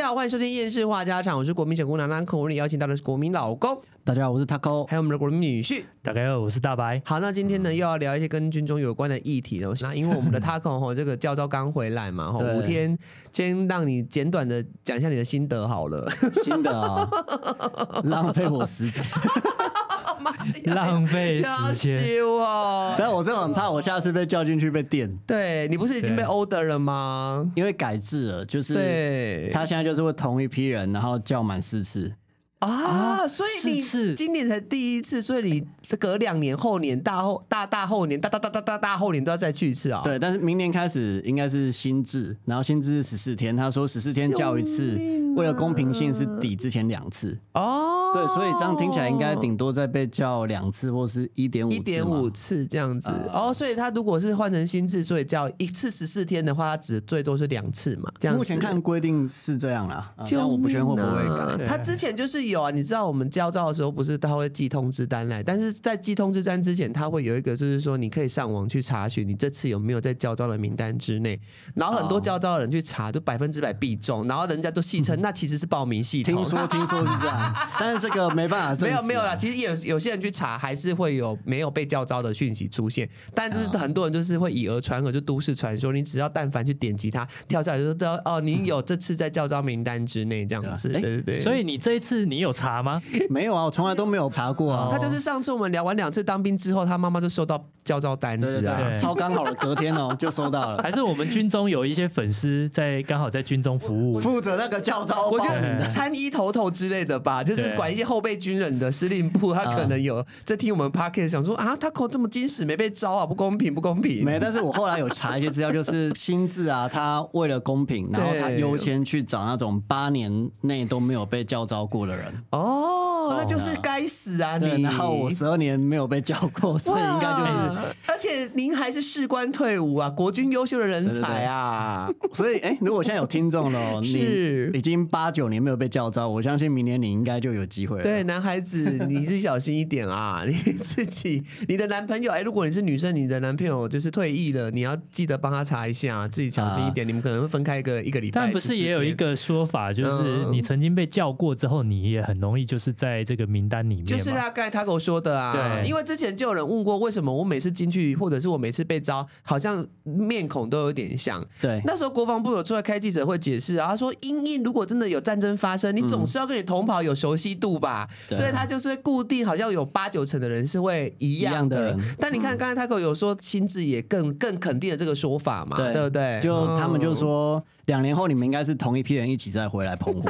好，欢迎收听厌世话家常，我是国民小姑娘兰可，我们邀请到的是国民老公， 大家好，我是 Taco， 还有我们的国民女婿。 大家好，我是大白。 好，那今天呢又要聊一些跟军中有关的议题了。那因为我们的 Taco 这个教召刚回来嘛，5天，先让你简短的讲一下你的心得好了。 新的啊，浪费我时间。 浪费时间哦！ 但我真的很怕，我下次被叫进去被电。 对，你不是已经被 order 了吗？ 因为改制了，就是他现在就是会同一批人，然后叫满4次啊，所以你今年才第一次，所以你隔2年、后年、大后年、大后年都要再去一次啊？ 对，但是明年开始应该是新制，然后新制是14天，他说14天叫一次，为了公平性是抵之前2次哦。对，所以这样听起来应该顶多再被叫2次，或是1.5 次这样子哦。所以他如果是换成新制，所以叫一次14天的话，他只最多是2次嘛？这样子。 目前看规定是这样啦，但我不确定会不会改。 他之前就是有啊，你知道我们教召的时候不是他会寄通知单来，但是在寄通知单之前，他会有一个就是说你可以上网去查询你这次有没有在教召的名单之内，然后很多教召的人去查，就100%必中，然后人家都戏称那其实是报名系统。 听说是这样，但是这个没办法证实。 没有啦，其实有些人去查还是会有没有被教召的讯息出现，但就是很多人就是会以讹传讹，就都市传说，你只要但凡去点击它跳下来就说哦，你有这次在教召名单之内这样子，对。 所以你这一次你有查吗？ 没有啊，我从来都没有查过啊。 他就是上次我们聊完2次当兵之后，他妈妈就收到教召单子啊， 对，超刚好了，隔天哦就收到了。 还是我们军中有一些粉丝刚好在军中服务， 负责那个教召， 我觉得参一头之类的吧，就是管一些后备军人的司令部，他可能有在听我们 podcast 想说啊，他口这么矜持没被招啊，不公平。 没，但是我后来有查一些资料，就是新制啊，他为了公平，然后他优先去找那种8年内都没有被教召过的人。 哦，那就是该死啊你！ 然后我12年没有被叫过，所以应该就是， 而且您还是士官退伍啊，国军优秀的人才啊！ 对，所以如果现在有听众了，你已经8、9年没有被叫召，我相信明年你应该就有机会了。 对，男孩子你是小心一点啊！你自己，你的男朋友，如果你是女生，你的男朋友就是退役了，你要记得帮他查一下，自己小心一点。你们可能会分开一个礼拜。 但不是也有一个说法，就是你曾经被叫过之后，你也很容易就是在这个名单里面。 就是他刚才他跟我说的啊，对，因为之前就有人问过，为什么我每次进去，或者是我每次被招，好像面孔都有点像。 对， 那时候国防部有出来开记者会解释啊，他说因如果真的有战争发生，你总是要跟你同袍有熟悉度吧，所以他就是会固定，好像有8、9成的人是会一样的。但你看刚才他有说新制也更肯定了这个说法嘛，对不对？ 就他们就说2年后你们应该是同一批人一起再回来澎湖。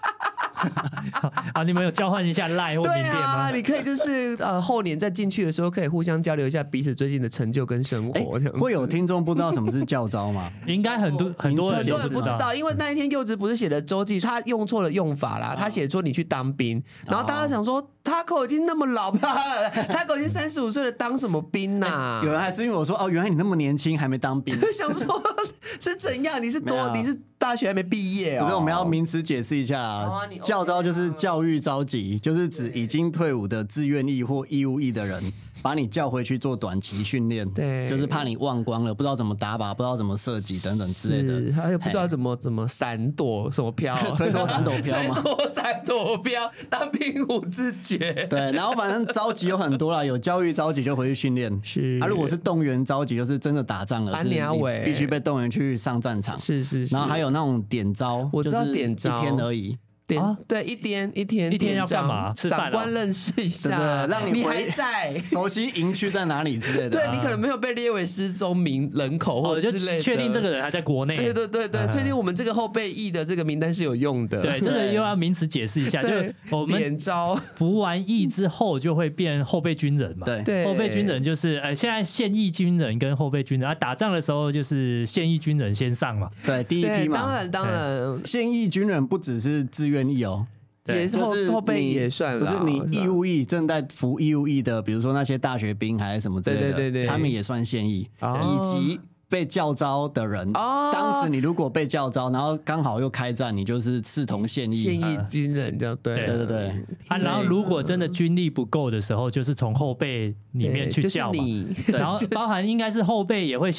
啊，你们有交换一下赖或名片吗？ 对啊，你可以就是后年再进去的时候，可以互相交流一下彼此最近的成就跟生活。 会有听众不知道什么是教召吗？ 应该很多人不知道，因为那一天柚子不是写的周记，他用错了用法啦，他写说你去当兵，然后大家想说Taco已经那么老，Taco 已经35岁了，当什么兵啊？ 有人还是因为我说哦，原来你那么年轻还没当兵， 想说是怎样？你是大学还没毕业哦？ 可是我们要名词解释一下啊，教召就是教育召集，就是指已经退伍的自愿役或义务役的人，把你叫回去做短期训练，对，就是怕你忘光了，不知道怎么打靶，不知道怎么射击等等之类的， 还有不知道怎么闪躲什么飘， 推脱闪躲飘嘛， 推脱闪躲飘，当兵无自觉。 对，然后反正召集有很多啦，有教育召集就回去训练， 是如果是动员召集，就是真的打仗了，是你必须被动员去上战场， 是。 然后还有那种点召， 我知道点召 1天而已。 对，一天要干嘛？吃饭长官认识一下， 让你还在熟悉营区在哪里之类的。 对，你可能没有被列为失踪人口或者之类的， 确定这个人还在国内。 对，确定我们这个后备役的这个名单是有用的。 对，这个又要名词解释一下，就是我们点召服完役之后就会变后备军人嘛。 对， 后备军人就是现在现役军人跟后备军人打仗的时候就是现役军人先上嘛。 对，第一批嘛。 当然， 现役军人不只是自愿役哦。 也是后备也算了， 不是你义务役正在服义务役的，比如说那些大学兵还是什么之类的，对，他们也算现役，以及被教召的人，当时你如果被教召，然后刚好又开战，你就是视同现役军人，这样对。 然后如果真的军力不够的时候，就是从后备里面去叫嘛，然后包含应该是后备也会先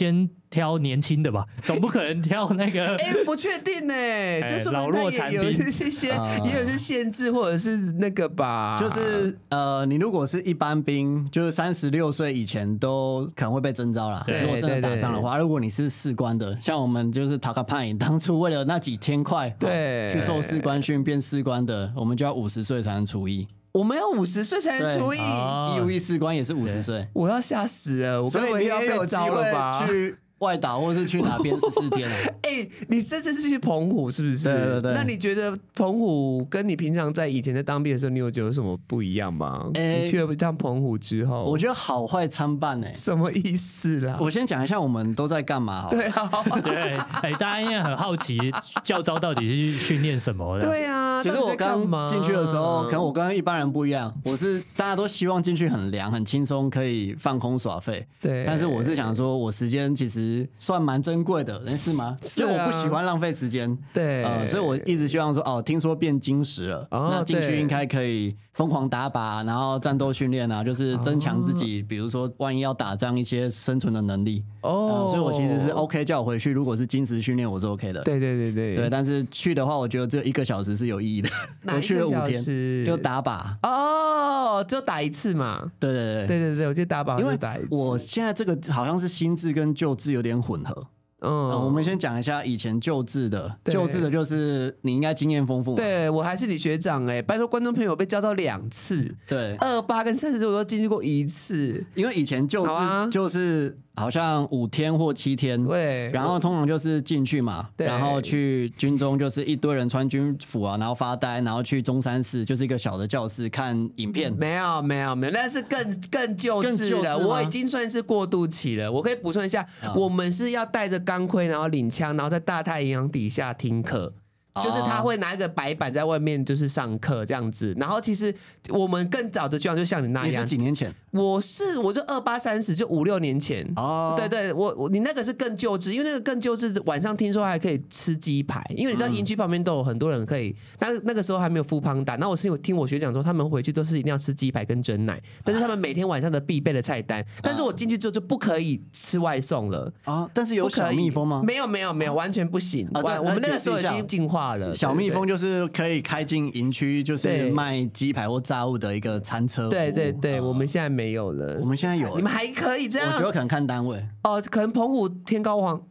挑年轻的吧，总不可能挑那个。 不确定呢，就是老弱残兵， 也有些限制或者是那个吧。 就是你如果是一般兵，就是36岁以前都可能会被征召啦。如果真的打仗的话，如果你是士官的，像我们就是塔卡派当初为了那几千块， 对， 去受士官训变士官的，我们就要50岁才能除役。 我们要50岁才能除役， 义务役士官也是50岁。 我要吓死了， 所以你也有机会去外岛或是去哪边14天啊？ 你这次是去澎湖是不是？ 对。 那你觉得澎湖跟你平常在以前在当兵的时候，你有觉得有什么不一样吗？你去了一趟澎湖之后， 我觉得好坏参半什么意思啦？ 我先讲一下我们都在干嘛好了。 对啊， 对，大家应该很好奇教召到底是训练什么的。 对啊， 其实我刚进去的时候，可能我跟一般人不一样，我是大家都希望进去很凉、很轻松，可以放空耍废。 对， 但是我是想说，我时间其实算蛮珍贵的，是吗？就我不喜欢浪费时间。 对， 所以我一直希望说，听说变金石了，那进去应该可以疯狂打靶，然后战斗训练啊，就是增强自己，比如说万一要打仗一些生存的能力。所以我其实是 OK 叫我回去，如果是金石训练，我是 OK 的。 对， 但是去的话，我觉得只有1个小时是有意义的。我去了5天，就打靶。 就打1次嘛。对，我记得打靶就打1次。 我现在这个好像是新制跟旧制有点混合。我们先讲一下以前旧制的就是你应该经验丰富。 对，我还是你学长拜托观众朋友，被叫到2次。 对 ，28跟30我都进去过1次。 因为以前旧制就是好像5天或7天， 对， 然后通常就是进去嘛，然后去军中就是一堆人穿军服啊，然后发呆，然后去中山室就是一个小的教室看影片。 没有，那是更旧制了，我已经算是过渡期了。我可以补充一下，我们是要带着钢盔，然后领枪，然后在大太阳底下听课。就是他会拿一个白板在外面就是上课这样子，然后其实我们更早的学长就像你那样。 你是几年前？ 我就28、30，就5、6年前。对，你那个是更旧制，因为那个更旧制晚上听说还可以吃鸡排，因为你知道营区旁边都有很多人可以，那个时候还没有Foodpanda，那我是听我学长说他们回去都是一定要吃鸡排跟珍奶，但是他们每天晚上的必备的菜单，但是我进去之后就不可以吃外送了。 但是有小蜜蜂吗？ 没有，完全不行。我们那个时候已经进化了。 小蜜蜂就是可以开进营区，就是卖鸡排或炸物的一个餐车。 对，我们现在没有了。 我们现在有了， 你们还可以这样？ 我觉得可能看单位。 可能澎湖天高皇。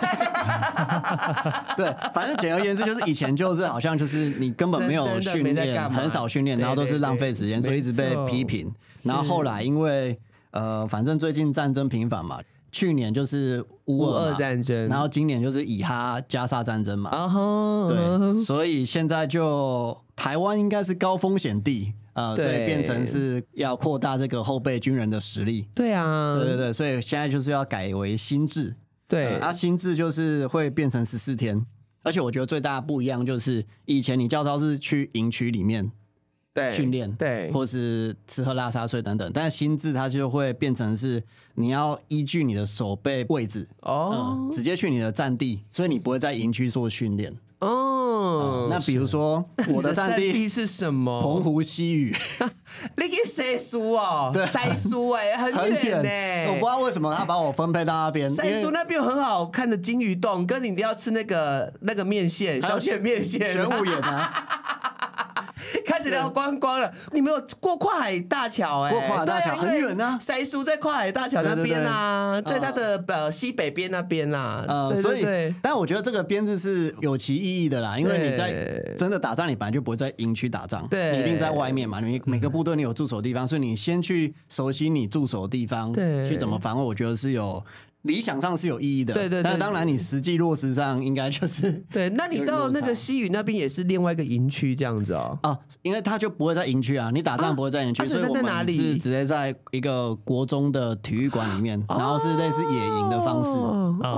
对，反正简而言之就是以前就是好像就是你根本没有训练，很少训练，然后都是浪费时间，所以一直被批评。然后后来因为反正最近战争频繁嘛。去年就是乌俄战争， 然后今年就是以哈加沙战争嘛。对，所以现在就台湾应该是高风险地所以变成是要扩大这个后备军人的实力。 对啊， 对，所以现在就是要改为新制。对，新制就是会变成14天，而且我觉得最大的不一样就是以前你教召是去营区里面。训练对， 或是吃喝拉撒睡等等，但是新制它就会变成是你要依据你的守备位置直接去你的战地，所以你不会在营区做训练。那比如说我的战地是什么？ 澎湖西屿。 你去西苏哦，西苏很远呢。 我不知道为什么他把我分配到那边。 西苏那边有很好看的金鱼洞，跟你一定要吃那个面线，小卷面线， 玄武岩啊。 开始聊观光了，你没有过跨海大桥过跨海大桥很远啊。 塞苏在跨海大桥那边啊，在它的西北边那边啦。 所以，但我觉得这个编制是有其意义的啦，因为你在真的打仗，你本来就不会在营区打仗，你一定在外面嘛。你每个部队你有驻守地方，所以你先去熟悉你驻守的地方，去怎么防卫，我觉得是有。理想上是有意义的，对，但当然你实际落实上应该就是对。那你到那个西屿那边也是另外一个营区这样子哦。 因为他就不会在营区啊，你打仗不会在营区，所以我们是直接在一个国中的体育馆里面，然后是类似野营的方式。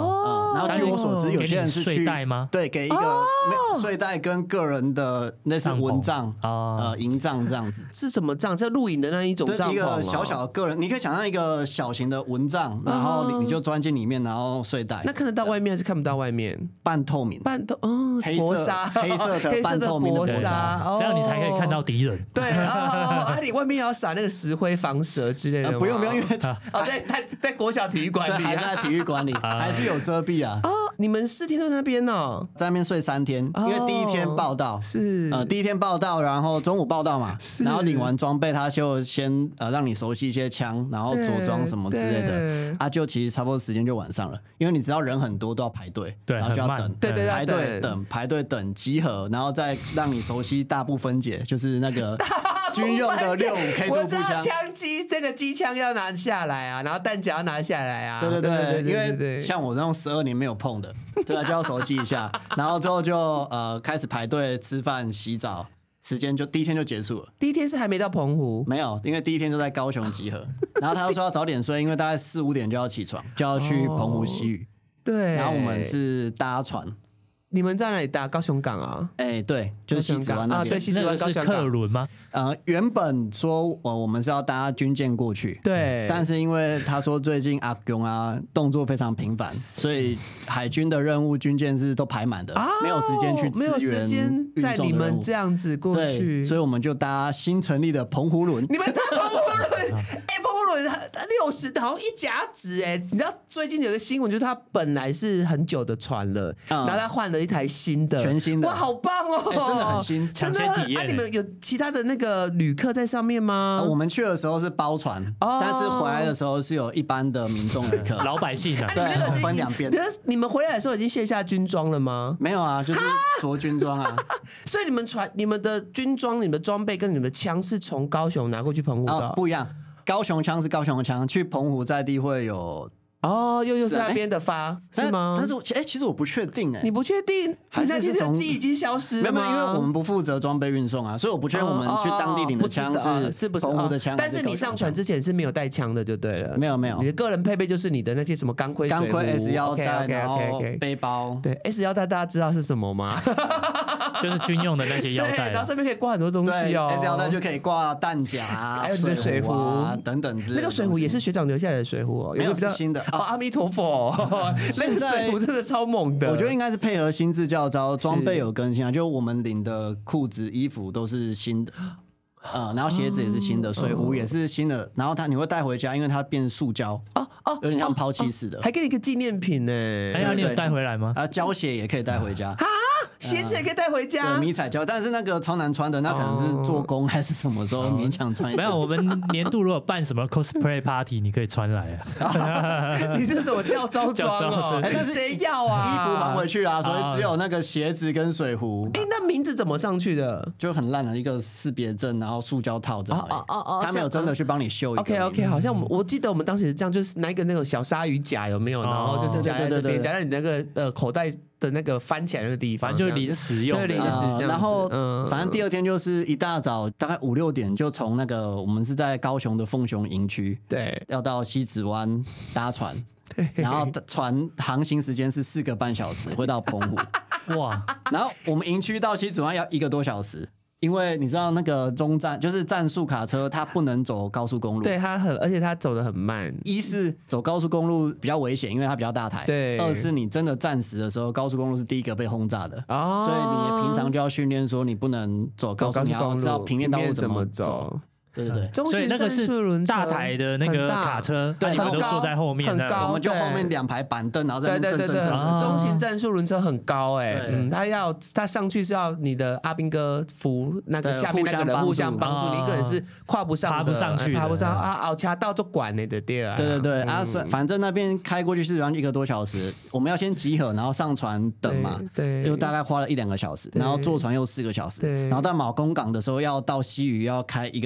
然后据我所知，有些人是去睡袋吗？ 对，给一个睡袋跟个人的那是蚊帐营帐这样子。 是什么帐？这露营的那一种帐篷， 一个小小的个人，你可以想象一个小型的蚊帐，然后你就钻进里面，然后睡袋。 那看得到外面还是看不到外面？ 半透明， 薄纱， 黑色的半透明的薄纱， 这样你才可以看到敌人。 对你外面要撒那个石灰防蛇之类的吗？ 不用，因为在国小体育馆里， 还在体育馆里，还是有遮蔽啊。 你们4天在那边哦， 在那边睡3天，因为第一天报到是第一天报到，然后中午报到嘛，然后领完装备，他就先让你熟悉一些枪，然后着装什么之类的，就其实差不多时间就晚上了，因为你知道人很多都要排队，然后就要等，排队等集合，然后再让你熟悉大部分解，就是那个军用的65K 步枪， 枪机这个机枪要拿下来啊，然后弹夹要拿下来啊， 对，因为像我这种12年没有碰的，对啊，就要熟悉一下，然后之后就开始排队吃饭洗澡。时间就第一天就结束了。 第一天是还没到澎湖， 没有，因为第一天就在高雄集合，然后他又说要早点睡，因为大概4、5点就要起床，就要去澎湖西屿。 对， 然后我们是搭船。 你们在哪里搭？高雄港啊？ 对，就是西子湾那边。 对，西子湾高雄港。 客轮吗？ 原本说我们是要搭军舰过去， 对， 但是因为他说最近阿公动作非常频繁，所以海军的任务军舰是都排满的，没有时间去支援， 没有时间在你们这样子过去， 所以我们就搭新成立的澎湖轮。 你们搭澎湖轮？澎湖轮60好像一甲子你知道最近有个新闻，就是他本来是很久的船了，然后他换了一台新的， 全新的， 哇，好棒哦， 真的很新， 抢先体验。 你们有其他的那个旅客在上面吗？ 我们去的时候是包船，但是回来的时候是有一般的民众旅客， 老百姓啊， 对，分2边。 你们回来的时候已经卸下军装了吗？ 没有啊，就是着军装啊。 所以你们的军装、你们的装备跟你们的枪是从高雄拿过去澎湖的？ 不一样，高雄枪是高雄的枪，去澎湖在地会有。又是那边的发是吗？ 但是其实我不确定你不确定？你那天的机已经消失了吗？ 没有，因为我们不负责装备运送啊，所以我不确定我们去当地领的枪是不是澎湖的枪。 但是你上船之前是没有带枪的，就对了。 没有， 你的个人配备就是你的那些什么钢盔 S 腰带，然后背包。 对 S 腰带大家知道是什么吗？ 就是军用的那些腰带， 然后上面可以挂很多东西哦。 S 腰带就可以挂弹夹啊， 还有你的水壶等等之类的。 那个水壶也是学长留下来的水壶哦， 没有是新的。 阿弥陀佛。那个水壶真的超猛的， 我觉得应该是配合新制教招，装备有更新啊，就我们领的裤子、衣服都是新的，然后鞋子也是新的，水壶也是新的，然后你会带回家，因为它变塑胶，有点像抛弃式的， 还给你个纪念品呢。 你有带回来吗？ 胶鞋也可以带回家。 鞋子也可以带回家， 对，迷彩胶，但是那个超难穿的，那可能是做工还是什么时候勉强穿一下。 没有，我们年度如果办什么 cosplay party， 你可以穿来啊。 你是什么教招装哦？但是谁要啊？ 衣服还回去啦，所以只有那个鞋子跟水壶。 那名字怎么上去的？ 就很烂的一个识别证，然后塑胶套这样。他没有真的去帮你绣一个。 OK， 好像我记得我们当时是这样，就是拿一个那种小鲨鱼夹有没有？然后就是夹在这边，夹在你那个口袋的那个翻起来那个地方， 反正就是临时用。 对，临时这样。 然后，反正第2天就是一大早，大概5、6点就从那个我们是在高雄的凤雄营区， 对， 要到西子湾搭船，然后船航行时间是4个半小时，会到澎湖。哇！然后我们营区到西子湾要1个多小时。因为你知道那个中站就是战术卡车，它不能走高速公路， 对，而且它走得很慢。 一是走高速公路比较危险，因为它比较大台； 对， 二是你真的战时的时候，高速公路是第一个被轰炸的，所以你平常就要训练说你不能走高速公路，你要知道平面道路怎么走。对， 所以那个是大台的那个卡车， 对， 你们都坐在后面， 很高， 我们就后面2排板凳，然后在那对，中型战术轮车很高他上去是要你的阿兵哥扶那个下面那个人互相帮助，你一个人是跨不上的，爬不上啊，卡到就管你的对啊。 对啊，反正那边开过去是1个多小时，我们要先集合，然后上船等嘛， 对， 就大概花了1、2个小时，然后坐船又4个小时，然后到马公港的时候要到西屿要开1个多小时。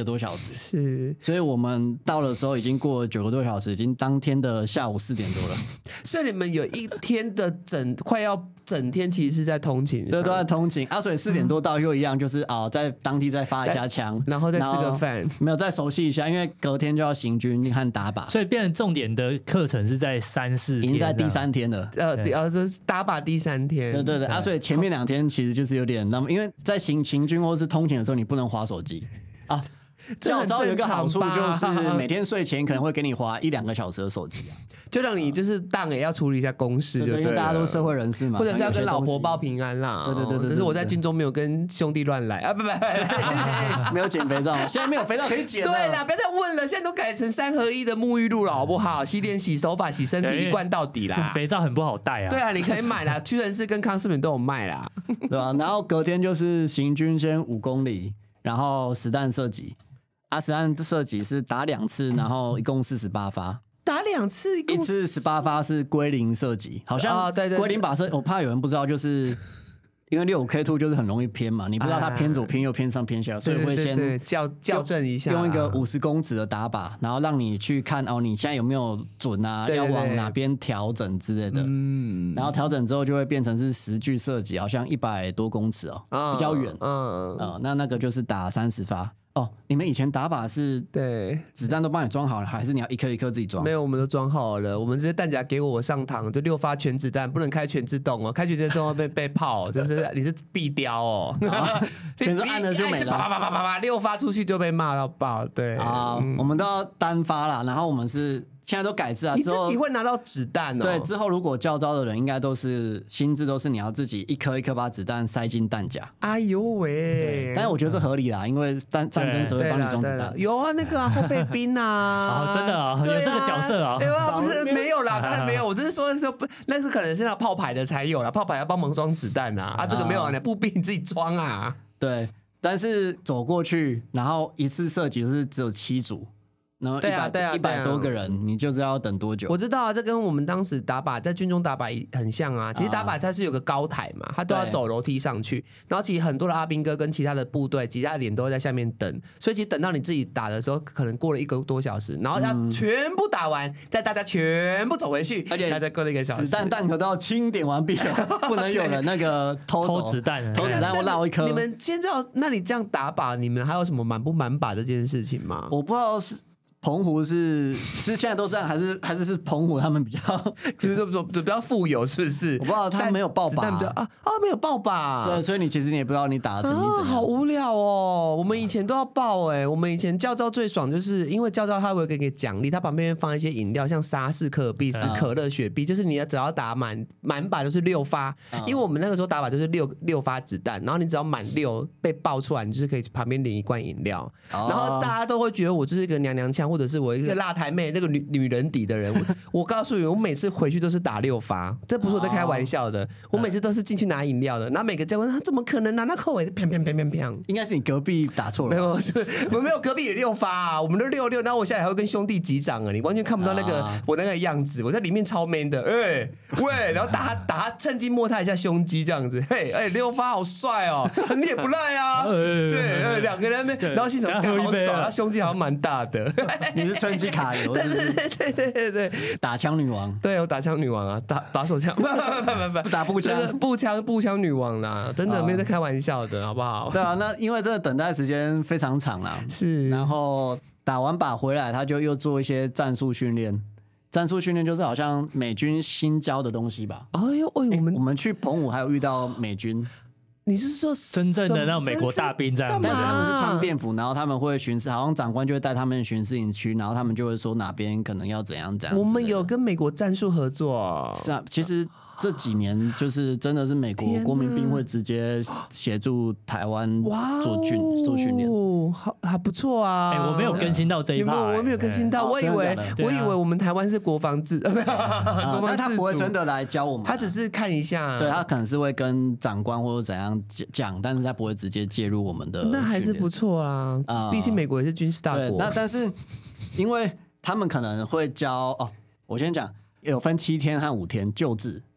时， 是， 所以我们到的时候已经过了9个多小时，已经当天的下午4点多了。 所以你们有一天的快要整天其实是在通勤上， 对，都在通勤啊，所以4点多到又一样，就是在当地再发一下枪， 然后再吃个饭， 没有再熟悉一下，因为隔天就要行军和打靶， 所以变成重点的课程是在3、4天， 已经在第3天了。 这是打靶第3天， 对啊，所以前面2天其实就是有点那么，因为在行军或是通勤的时候，你不能滑手机啊。教招有一个好处就是每天睡前可能会给你滑1-2个小时的手机就让你就是当也要处理一下公事， 对，因为大家都社会人士嘛， 或者是要跟老婆报平安啦。 对， 只是我在军中没有跟兄弟乱来啊，不， 没有捡肥皂，现在没有肥皂可以捡了。 对啦，不要再问了，现在都改成3合1的沐浴露了，好不好？洗脸、洗手法、洗身体，一罐到底啦。 肥皂很不好带啊。 对啊，你可以买啦，屈臣氏跟康士美都有卖啦， 对吧？然后隔天就是行军，先5公里，然后实弹射击。实弹射击是打2次，然后一共48发。 打2次， 一次18发是归零射击，好像归零靶射，我怕有人不知道，就是因为65K2就是很容易偏嘛，你不知道它偏左偏右偏上偏下，所以会先校正一下， 用一个50公尺的打靶，然后让你去看你现在有没有准啊，要往哪边调整之类的。然后调整之后就会变成是实距射击，好像100多公尺比较远。那个就是打30发。你们以前打靶是子弹都帮你装好了，还是你要一颗一颗自己装？ 没有，我们都装好了。我们这些弹夹给我上膛，就6发全子弹，不能开全自动开全自动会被炮，就是你是必雕全是按了就没了， 啪6发出去就被骂到爆。对我们都要单发啦，然后我们是。现在都改制啊， 你自己会拿到子弹对，之后如果教招的人，应该都是心智都是你要自己一颗一颗把子弹塞进弹夹。 哎呦喂！ 但是我觉得这合理啦，因为战争时会帮你装子弹。 有啊，那个后备兵啊， 真的有这个角色啊？ 对啊，不是没有啦，当然没有。我只是说那是可能是那炮排的才有啦，炮排要帮忙装子弹啊，这个没有啊，步兵你自己装啊。 对，但是走过去，然后一次射击是只有7组。然后100多个人，你就知道要等多久。 我知道啊，这跟我们当时打靶在军中打靶很像啊。其实打靶它是有个高台嘛，它都要走楼梯上去。然后其实很多的阿兵哥跟其他的部队、其他的连都会在下面等，所以其实等到你自己打的时候，可能过了1个多小时，然后要全部打完，再大家全部走回去，而且再过了1个小时， 子弹弹壳都要清点完毕了，不能有人那个偷子弹， 偷子弹或落一颗。 你们先知道，那你这样打靶，你们还有什么满不满靶这件事情吗？ 我不知道是。澎湖是现在都这样，还是澎湖他们比较， 就是说比较富有，是不是？ 我不知道他没有爆靶没有爆靶。 对，所以其实你也不知道你打的成绩怎样。 好无聊哦！我们以前都要爆我们以前教招最爽，就是因为教招他会给你奖励，他旁边放一些饮料，像沙士、可比斯、可乐、雪碧，就是你只要打满靶就是6发，因为我们那个时候打靶就是六发子弹，然后你只要满6被爆出来，你就是可以旁边领一罐饮料，然后大家都会觉得我就是一个娘娘腔。或者是我一个辣台妹那个女人底的人，我告诉你，我每次回去都是打6发，这不是我在开玩笑的。我每次都是进去拿饮料的，然后每个教官他怎么可能拿那口尾砰砰砰砰砰？ 应该是你隔壁打错了。 没有，我没有隔壁也6发啊，我们都6，然后我下来还会跟兄弟击掌啊，你完全看不到那个我那个样子，我在里面超 man 的，喂，然后打他，趁机摸他一下胸肌这样子，6发好帅哦，你也不赖啊，对，2个人然后现场好爽，他胸肌好像蛮大的。 你是春季卡油， 对， 打枪女王， 对我打枪女王啊，打手枪，不打步枪， 步枪女王啦，真的没有在开玩笑的，好不好？ 对啊，那因为这个等待时间非常长啦， 是， 然后打完靶回来，他就又做一些战术训练。战术训练就是好像美军新教的东西吧？我们去澎湖还有遇到美军。 你是说真正的那种美国大兵这样？ 但是他们是穿便服，然后他们会巡视，好像长官就会带他们巡视营区，然后他们就会说哪边可能要怎样。 我们有跟美国战术合作， 是啊，其实这几年就是真的是美国国民兵会直接协助台湾做训练， 还不错啊。 我没有更新到这一趴， 我没有更新到，我以为我们台湾是国防自， 但他不会真的来教我们， 他只是看一下， 对他可能是会跟长官或者怎样讲，但是他不会直接介入我们的， 那还是不错啊。毕竟美国也是军事大国。 那但是因为他们可能会教我先讲有分7天和5天旧制。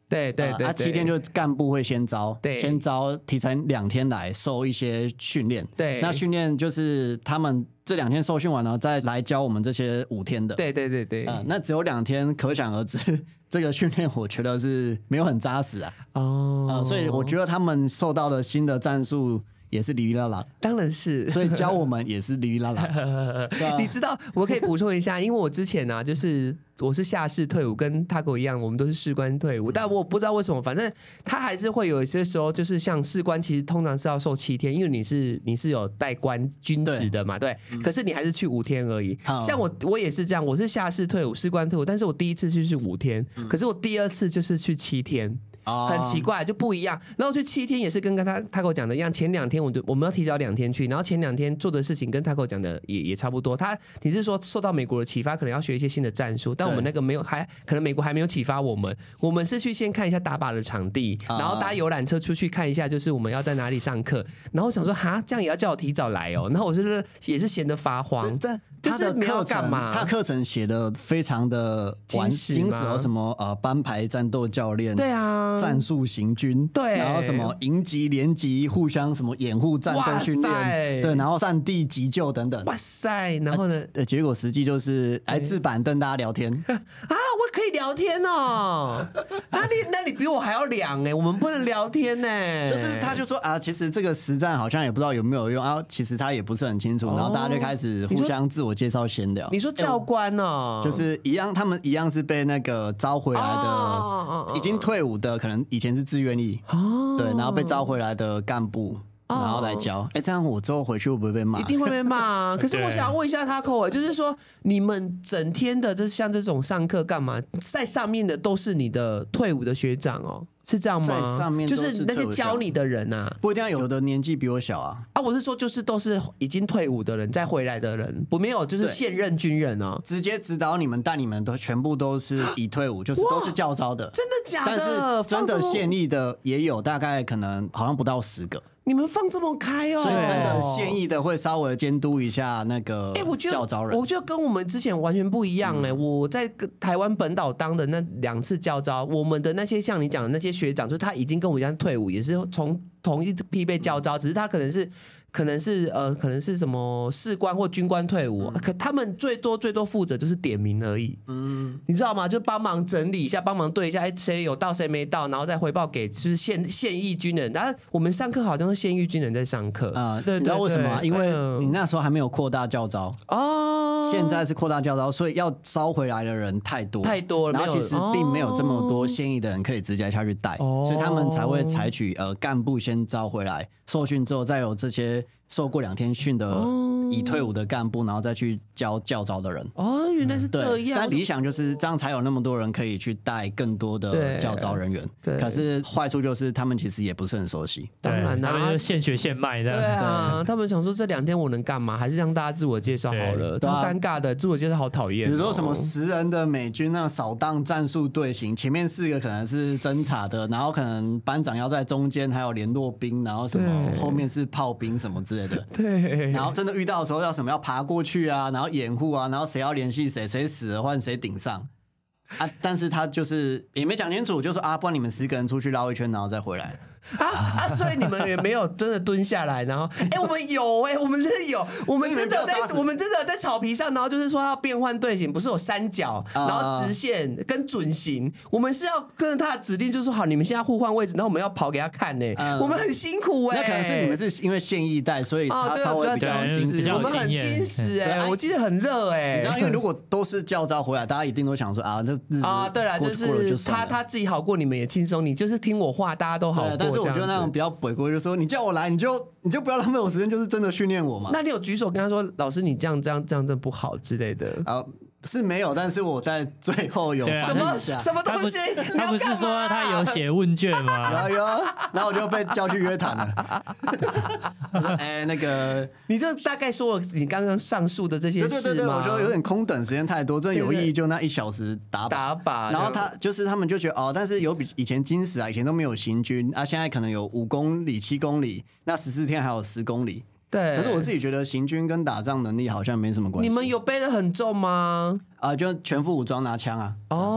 对对对 ，7天就干部会先招，先招提前2天来受一些训练。 对， 那训练就是他们这2天受训完了，再来教我们这些5天的。 对对对对， 那只有2天，可想而知，这个训练我觉得是没有很扎实啊。所以我觉得他们受到的新的战术也是哩哩啦啦， 当然是， 所以教我们也是哩哩啦啦。 你知道，我可以补充一下，因为我之前啊，就是我是下士退伍，跟 Taco 一样，我们都是士官退伍，但我不知道为什么，反正他还是会有一些时候，就是像士官，其实通常是要受7天，因为你是有带官军职的嘛，对，可是你还是去5天而已。像我也是这样，我是下士退伍，士官退伍，但是我第一次去是5天，可是我第2次就是去7天。很奇怪，就不一样。然后去7天也是跟他跟我讲的一样，前2天我们要提早2天去，然后前2天做的事情跟他跟我讲的也差不多。你是说受到美国的启发，可能要学一些新的战术，但我们那个没有，可能美国还没有启发我们。我们是去先看一下打靶的场地，然后搭游览车出去看一下，就是我们要在哪里上课。然后我想说，这样也要叫我提早来哦。然后我就是也是闲得发慌。就是没有干嘛， 他课程写的非常的精实，有什么班排战斗教练， 对啊， 战术行军， 对， 然后什么营级连级互相什么掩护战斗训练，对，然后战地急救等等， 哇塞，然后呢？ 结果实际就是来自板凳大家聊天我可以聊天哦，那你比我还要凉我们不能聊天就是他就说其实这个实战好像也不知道有没有用其实他也不是很清楚，然后大家就开始互相自我介绍闲聊。 你说教官哦， 就是一样，他们一样是被那个招回来的，已经退伍的，可能以前是自愿役，对，然后被招回来的干部。然后来教，这样我之后回去会不会被骂？ 一定会被骂。可是我想问一下他扣就是说你们整天的像这种上课干嘛？在上面的都是你的退伍的学长哦，是这样吗？ 在上面就是那些教你的人啊， 不一定有的年纪比我小啊。 我是说就是都是已经退伍的人再回来的人，没有就是现任军人哦， 直接指导你们带你们的全部都是已退伍，就是都是教招的。 真的假的？ 但是真的现役的也有，大概可能好像不到10个。 你们放这么开哦， 所以真的现役的会稍微监督一下那个教招人。 我觉得跟我们之前完全不一样我在台湾本岛当的那2次教招，我们的那些像你讲的那些学长，就是他已经跟我一样退伍，也是从同一批被教招，只是他可能是什么士官或军官退伍，可他们最多负责就是点名而已，你知道吗？就帮忙整理一下，帮忙对一下，谁有到谁没到，然后再回报给就是现役军人。然后我们上课好像是现役军人在上课对， 你知道为什么吗？因为你那时候还没有扩大教招现在是扩大教招，所以要招回来的人太多了，然后其实并没有这么多现役的人可以直接下去带，所以他们才会采取干部先招回来受训之后，再有这些受过2天训的已退伍的干部，然后再去教教招的人。 原来是这样。 但理想就是这样，才有那么多人可以去带更多的教招人员。可是坏处就是他们其实也不是很熟悉。 当然他们就现学现卖这样。 对啊，他们想说这2天我能干嘛？还是让大家自我介绍好了。超尴尬的，自我介绍好讨厌。 比如说什么10人的美军那扫荡战术队形，前面4个可能是侦察的，然后可能班长要在中间，还有联络兵，然后什么后面是炮兵什么之类的。 对。 然后真的遇到的时候要什么要爬过去啊，然后掩护啊，然后谁要联系谁，谁死了换谁顶上但是他就是也没讲清楚，就说不然你们10个人出去绕一圈，然后再回来。 所以你们也没有真的蹲下来，然后我们有我们真的有，我们真的在草皮上，然后就是说要变换队形，不是有3角，然后直线跟准形，我们是要跟着他的指令，就是说好，你们现在互换位置，然后我们要跑给他看我们很辛苦那可能是你们是因为现役带，所以他稍微比较精实， 我们很精实我记得很热你知道，因为如果都是教招回来，大家一定都想说这日子对了，就是他自己好过，你们也轻松，你就是听我话，大家都好过。 我觉得那种比较鬼鬼，就说你叫我来，你就不要浪费我时间，就是真的训练我嘛。 那你有举手跟他说，老师你这样真的不好之类的？ 是没有，但是我在最后有什么东西？ 他不是说他有写问卷吗？ 有，然后我就被叫去约谈了。那个， 你就大概说你刚刚上述的这些事吗？ 对，我觉得有点空等时间太多，真的有意义就那1小时打靶。然后他们就觉得但是有比以前精实以前都没有行军现在可能有5公里、7公里，那14天还有10公里。 对， 可是我自己觉得行军跟打仗能力好像没什么关系。 你们有背得很重吗？ 就全副武装拿枪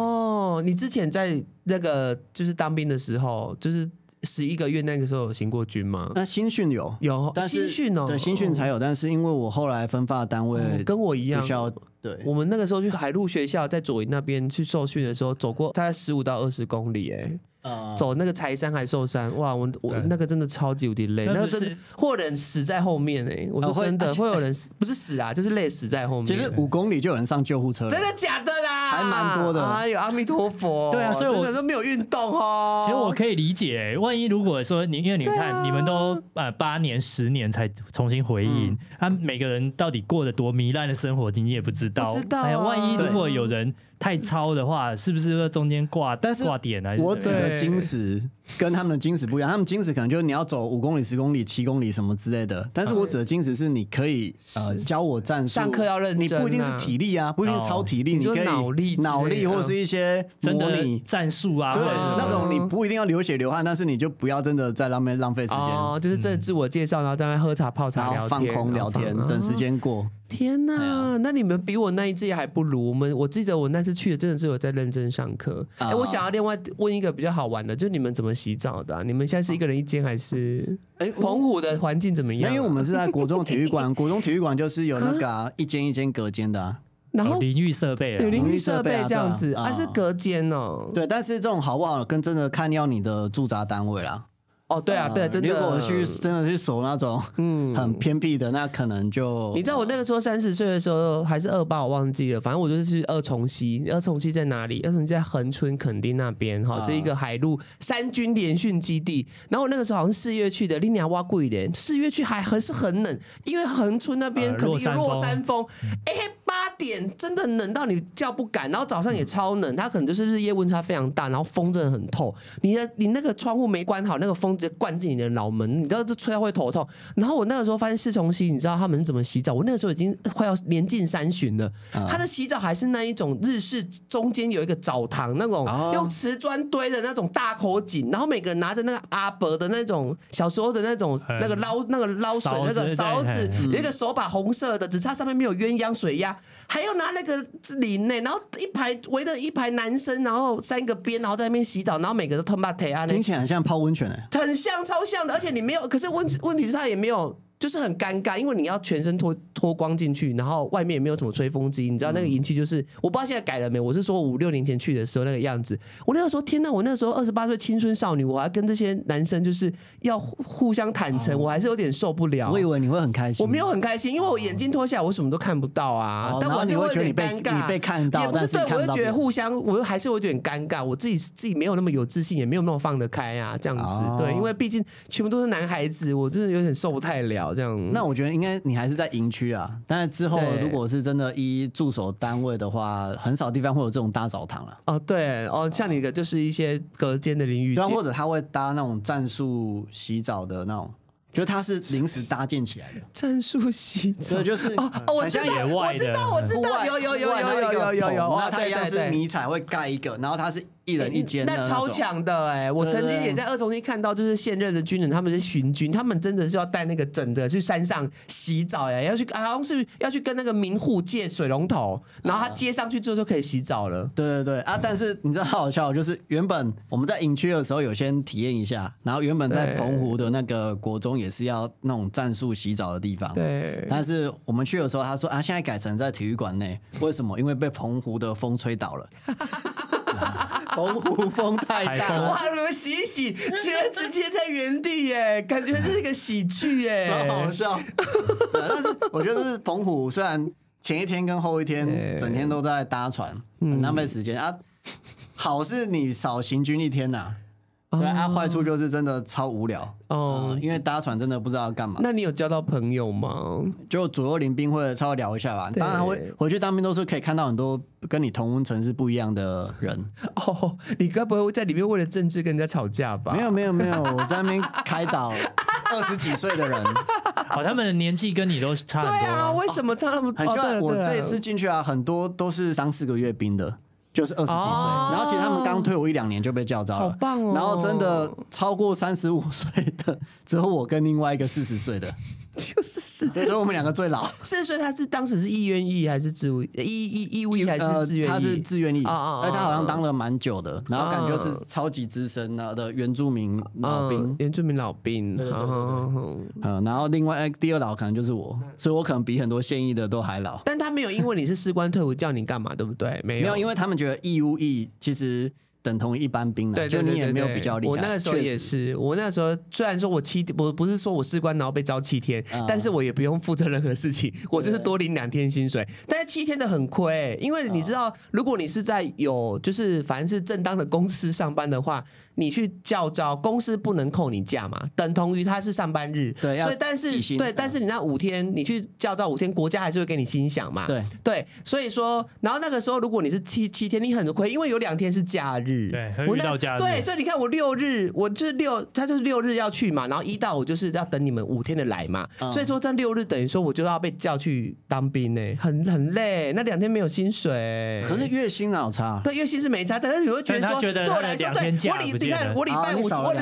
哦，你之前在那个就是当兵的时候，就是11个月那个时候有行过军吗？ 那新训有， 但是新训哦， 对，新训才有，但是因为我后来分发的单位跟我一样， 对， 我们那个时候去海陆学校，在左营那边去受训的时候，走过大概15到20公里，走那个柴山还寿山，哇，我那个真的超级无敌累，那个真的会有人死在后面我说真的会有人不是死啊，就是累死在后面。 其实5公里就有人上救护车了， 真的假的啦？ 还蛮多的。 哎呦，阿弥陀佛！ 对啊，所以我真的都没有运动哦。 其实我可以理解，万一如果说因为你看你们都8年10年才重新回营，每个人到底过得多糜烂的生活，你也不知道。哎呀，万一如果有人太超的话，是不是中间挂点啊？ 我指的精实跟他们的精实不一样，他们精实可能就是你要走5公里、10公里、7公里什么之类的，但是我指的精实是你可以教我战术， 上课要认真， 你不一定是体力啊，不一定超体力，你可以脑力或是一些模拟战术啊， 对，那种你不一定要流血流汗，但是你就不要真的在那边浪费时间， 就是真的自我介绍，然后在那喝茶泡茶聊天， 放空聊天，等时间过。 天哪，那你们比我那一届还不如。我记得我那次去的真的是有在认真上课。我想要另外问一个比较好玩的，就是你们怎么洗澡的？你们现在是一个人一间还是？澎湖的环境怎么样？ 因为我们是在国中体育馆，国中体育馆就是有那个一间一间隔间的。 然后淋浴设备， 有淋浴设备这样子，是隔间哦。 对，但是这种好不好，跟真的看要你的驻扎单位啦。 对啊，对，真的。 如果真的去守那种很偏僻的，那可能就你知道我那个时候30岁的时候还是28，我忘记了，反正我就是去二重溪。二重溪在哪里？二重溪在恒春垦丁那边是一个海陆3军联训基地。然后我那个时候好像4月去的，你娘挖贵点，4月去还是很冷，因为恒春那边肯定有落山风。8点真的冷到你叫不敢，然后早上也超冷，它可能就是日夜温差非常大，然后风真的很透。你那个窗户没关好，那个风直接灌进你的脑门，你知道这吹到会头痛。然后我那个时候发现四重溪，你知道他们是怎么洗澡？我那个时候已经快要年近3巡了，他的洗澡还是那一种日式，中间有一个澡堂，那种用瓷砖堆的那种大口井，然后每个人拿着那个阿伯的那种小时候的那种那个捞水那个勺子，有一个手把红色的，只差上面没有鸳鸯水鸭。还要拿那个铃然后围着一排男生，然后3个边，然后在那边洗澡，然后每个都吞把腿啊， 听起来很像泡温泉很像，超像的，而且你没有，可是问题是他也没有。就是很尴尬，因为你要全身脱光进去，然后外面也没有什么吹风机，你知道那个营区就是，我不知道现在改了没，我是说5、6年前去的时候那个样子。我那个时候天哪，我那时候28岁青春少女，我还跟这些男生就是要互相坦诚，我还是有点受不了。 我以为你会很开心， 我没有很开心，因为我眼镜脱下来，我什么都看不到啊。但我还是会有点尴尬， 你被看到， 也不是对，我就觉得互相，我还是有点尴尬。我自己没有那么有自信，也没有那么放得开啊，这样子。对，因为毕竟全部都是男孩子，我真的有点受不太了这样。 那我觉得。应该你还是在营区啊，但是之后如果是真的驻守单位的话，很少地方会有这种大澡堂了。 对像你的就是一些隔间的淋浴间， 或者他会搭那种战术洗澡的那种。就是它是临时搭建起来的战术洗澡， 对，就是很像野外的， 我知道，有， 那它一样是迷彩会盖一个，然后它是1人1间的那超强的我曾经也在二重庆看到，就是现任的军人，他们是巡军，他们真的是要带那个整的去山上洗澡要去好像是要去跟那个民户借水龙头，然后他接上去之后就可以洗澡了。 对啊，但是你知道好笑，就是原本我们在营区的时候有先体验一下，然后原本在澎湖的那个国中也是要那种战术洗澡的地方， 对。 但是我们去的时候，他说现在改成在体育馆内，为什么？因为被澎湖的风吹倒了。澎湖风太大， 哇！你们洗一洗，居然直接在原地耶，感觉是一个喜剧耶， 超好笑。但是我觉得是澎湖，虽然前一天跟后一天整天都在搭船，很浪费时间啊。好是你少行军1天呐。对坏处就是真的超无聊因为搭船真的不知道要干嘛。 那你有交到朋友吗？ 就左右邻兵会稍微聊一下吧。当然回去当兵都是可以看到很多跟你同温层是不一样的人。 你该不会在里面为了政治跟人家吵架吧？ 没有，我在那边开导20几岁的人。 他们的年纪跟你都差很多。 对啊，为什么差那么多？ 我这一次进去很多都是3、4个月兵的。就是20几岁，然后其实他们刚退伍1、2年就被叫召了， 好棒哦！ 然后真的超过35岁的，只有我跟另外一个40岁的。 就是所以我们2个最老。 所以他是当时是义务役还是义务役还是志愿役？ 他是志愿役，而他好像当了蛮久的，然后感觉是超级资深的原住民老兵。 原住民老兵， 然后另外第2老可能就是我，所以我可能比很多现役的都还老。 但他没有因为你是士官退伍叫你干嘛，对不对？没有， 因为他们觉得义务役其实等同于一般兵了，就你也没有比较厉害。 我那个时候也是，我那个时候虽然说我不是说我士官然后被招7天，但是我也不用负责任何事情，我就是多领2天薪水。但是7天的很亏，因为你知道，如果你是在就是反正是正当的公司上班的话。你去教召，公司不能扣你假嘛，等同于他是上班日。 对， 所以但是你那5天，你去教召5天，国家还是会给你薪饷嘛。对，所以说，然后那个时候如果你是7天，你很亏，因为有2天是假日。 对，遇到假日。 对，所以你看我6日，我就是他就是6日要去嘛，然后1到5就是要等你们5天的来嘛。所以说这6日等于说我就要被叫去当兵呢，很累，那2天没有薪水。 可是月薪哪有差？ 对，月薪是没差，但是你会觉得说，对我来说，对。你看我礼拜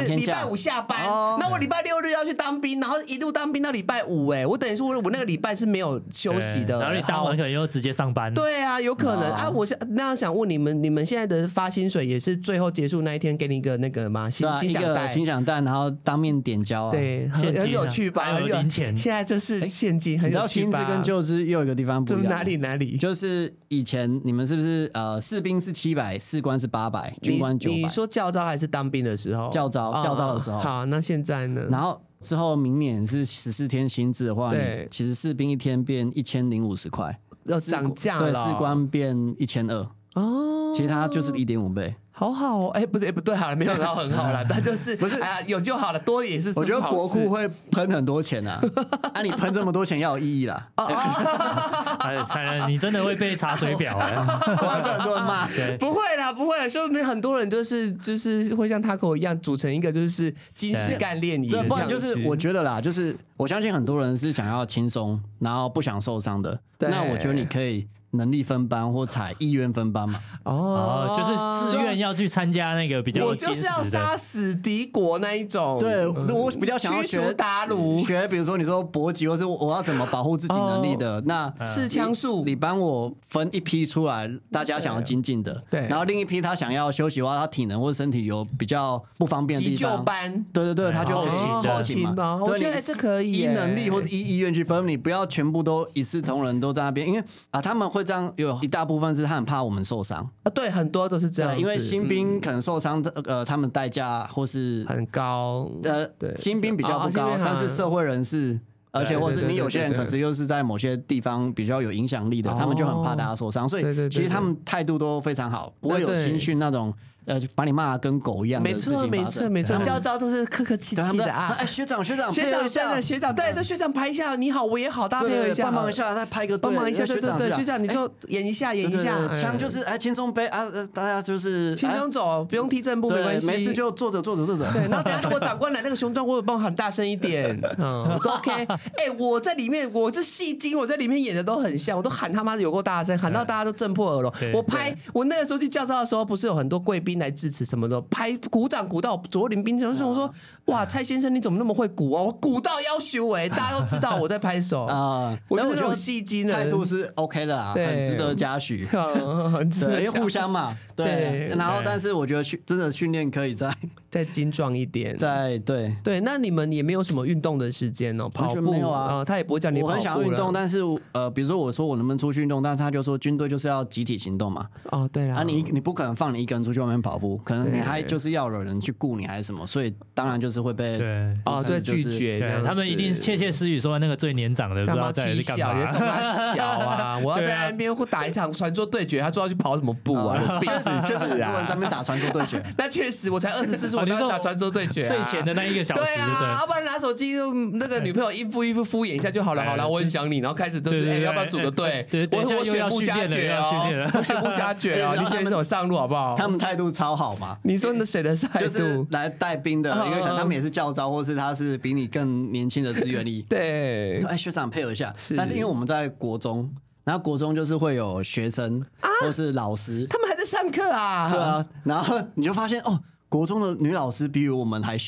5下班，那我礼拜6日要去当兵，然后一路当兵到礼拜5，我等于说我那个礼拜是没有休息的。 然后你当完可能又直接上班。 对啊，有可能啊。我那样想问你们现在的发薪水也是最后结束那一天给你一个那个吗？ 欣赏袋，然后当面点交啊。 对，很有趣吧？ 还有零钱， 现在就是现金，很有趣吧？ 你知道薪资跟旧资又有一个地方不一样。 哪里？ 就是以前你们是不是士兵是700，士官是800，军官900。 你说教召还是当兵的时候？ 教召的时候。 好，那现在呢？ 然后之后明年是14天薪资的话，其实士兵1天变1050块， 要涨价了。 对，士官变1200。哦，其实它就是1.5倍。 好好哦，不对，好了，没有到很好了，但就是不是有就好了，多也是。 我觉得国库会喷很多钱啊，你喷这么多钱要有意义啦。 才能你真的会被查水表会被很多人骂。 不会啦，说明很多人就是会像Taco一样组成一个就是金石干练营。 对，不然就是我觉得啦，就是我相信很多人是想要轻松，然后不想受伤的。那我觉得你可以。能力分班或采意愿分班嘛？ 就是自愿要去参加那个比较。 我就是要杀死敌国那一种。 对，我比较想要学打虏， 比如说你说搏击，或是我要怎么保护自己能力的。那刺枪术， 你帮我分一批出来，大家想要精进的。 对。 然后另一批他想要休息的话，他体能或者身体有比较不方便的地方。 急救班。 对，他就可以后勤嘛。我觉得这可以。 依能力或者依意愿去分，你不要全部都一视同仁都在那边，因为他们会这样，有一大部分是他很怕我们受伤啊。对，很多都是这样。 因为新兵可能受伤他们代价或是很高。 对，新兵比较不高，但是社会人士。而且或是你有些人可能又是在某些地方比较有影响力的，他们就很怕大家受伤，所以其实他们态度都非常好，不会有新训那种把你骂得跟狗一样的事情发生。 没错，教招都是客客气气的啊。 学长，对， 学长拍一下，你好，我也好，大家配合一下， 帮忙一下，再拍个帮忙一下，对，学长你就演一下。 枪就是轻松背啊，大家就是轻松走，不用踢正步，没关系， 没事就坐着。 对，然后等下如果长官来那个胸装，我有帮我喊大声一点，都 OK。我在里面，我这戏精，我在里面演的都很像，我都喊他妈有够大声，喊到大家都震破耳聋。我那个时候去教招的时候，不是有很多贵宾来致辞什么的，鼓掌鼓到左右邻兵，就是我说哇，蔡先生你怎么那么会鼓哦？我鼓到要羞大家都知道我在拍手啊。我就是那种戏精的态度是 OK 的啊，很值得嘉许，很值得互相嘛。对，然后但是我觉得真的训练可以再精壮一点， 对。 那你们也没有什么运动的时间哦，跑步没有啊， 他也不会叫你跑步。 我很想运动，但是比如说我说我能不能出去运动，但是他就说军队就是要集体行动嘛。 对啊， 你不可能放你一个人出去外面跑步，可能你还就是要有人去顾你还是什么，所以当然就是会被拒绝。 他们一定窃窃私语说那个最年长的不知道在干嘛， 什么小啊，我要在那边打一场传说对决，他说要去跑什么步啊？ 确实很多人在那边打传说对决。 那确实，我才24岁，我刚刚打传说对决， 睡前的那1个小时， 对啊，要不然拿手机那个女朋友应付敷衍一下就好了。好了，我很想你，然后开始都是要不要组个队？我选不加决哦，我选不加决哦，你先手上路好不好？ 他们态度超好嘛。 你说谁的态度？ 就是来带兵的，因为可能他们也是教招，或是他是比你更年轻的志愿役。 对， 学长配合一下。但是因为我们在国中，然后国中就是会有学生或是老师， 他们还在上课啊。 对啊，然后你就发现国中的女老师比我们还凶。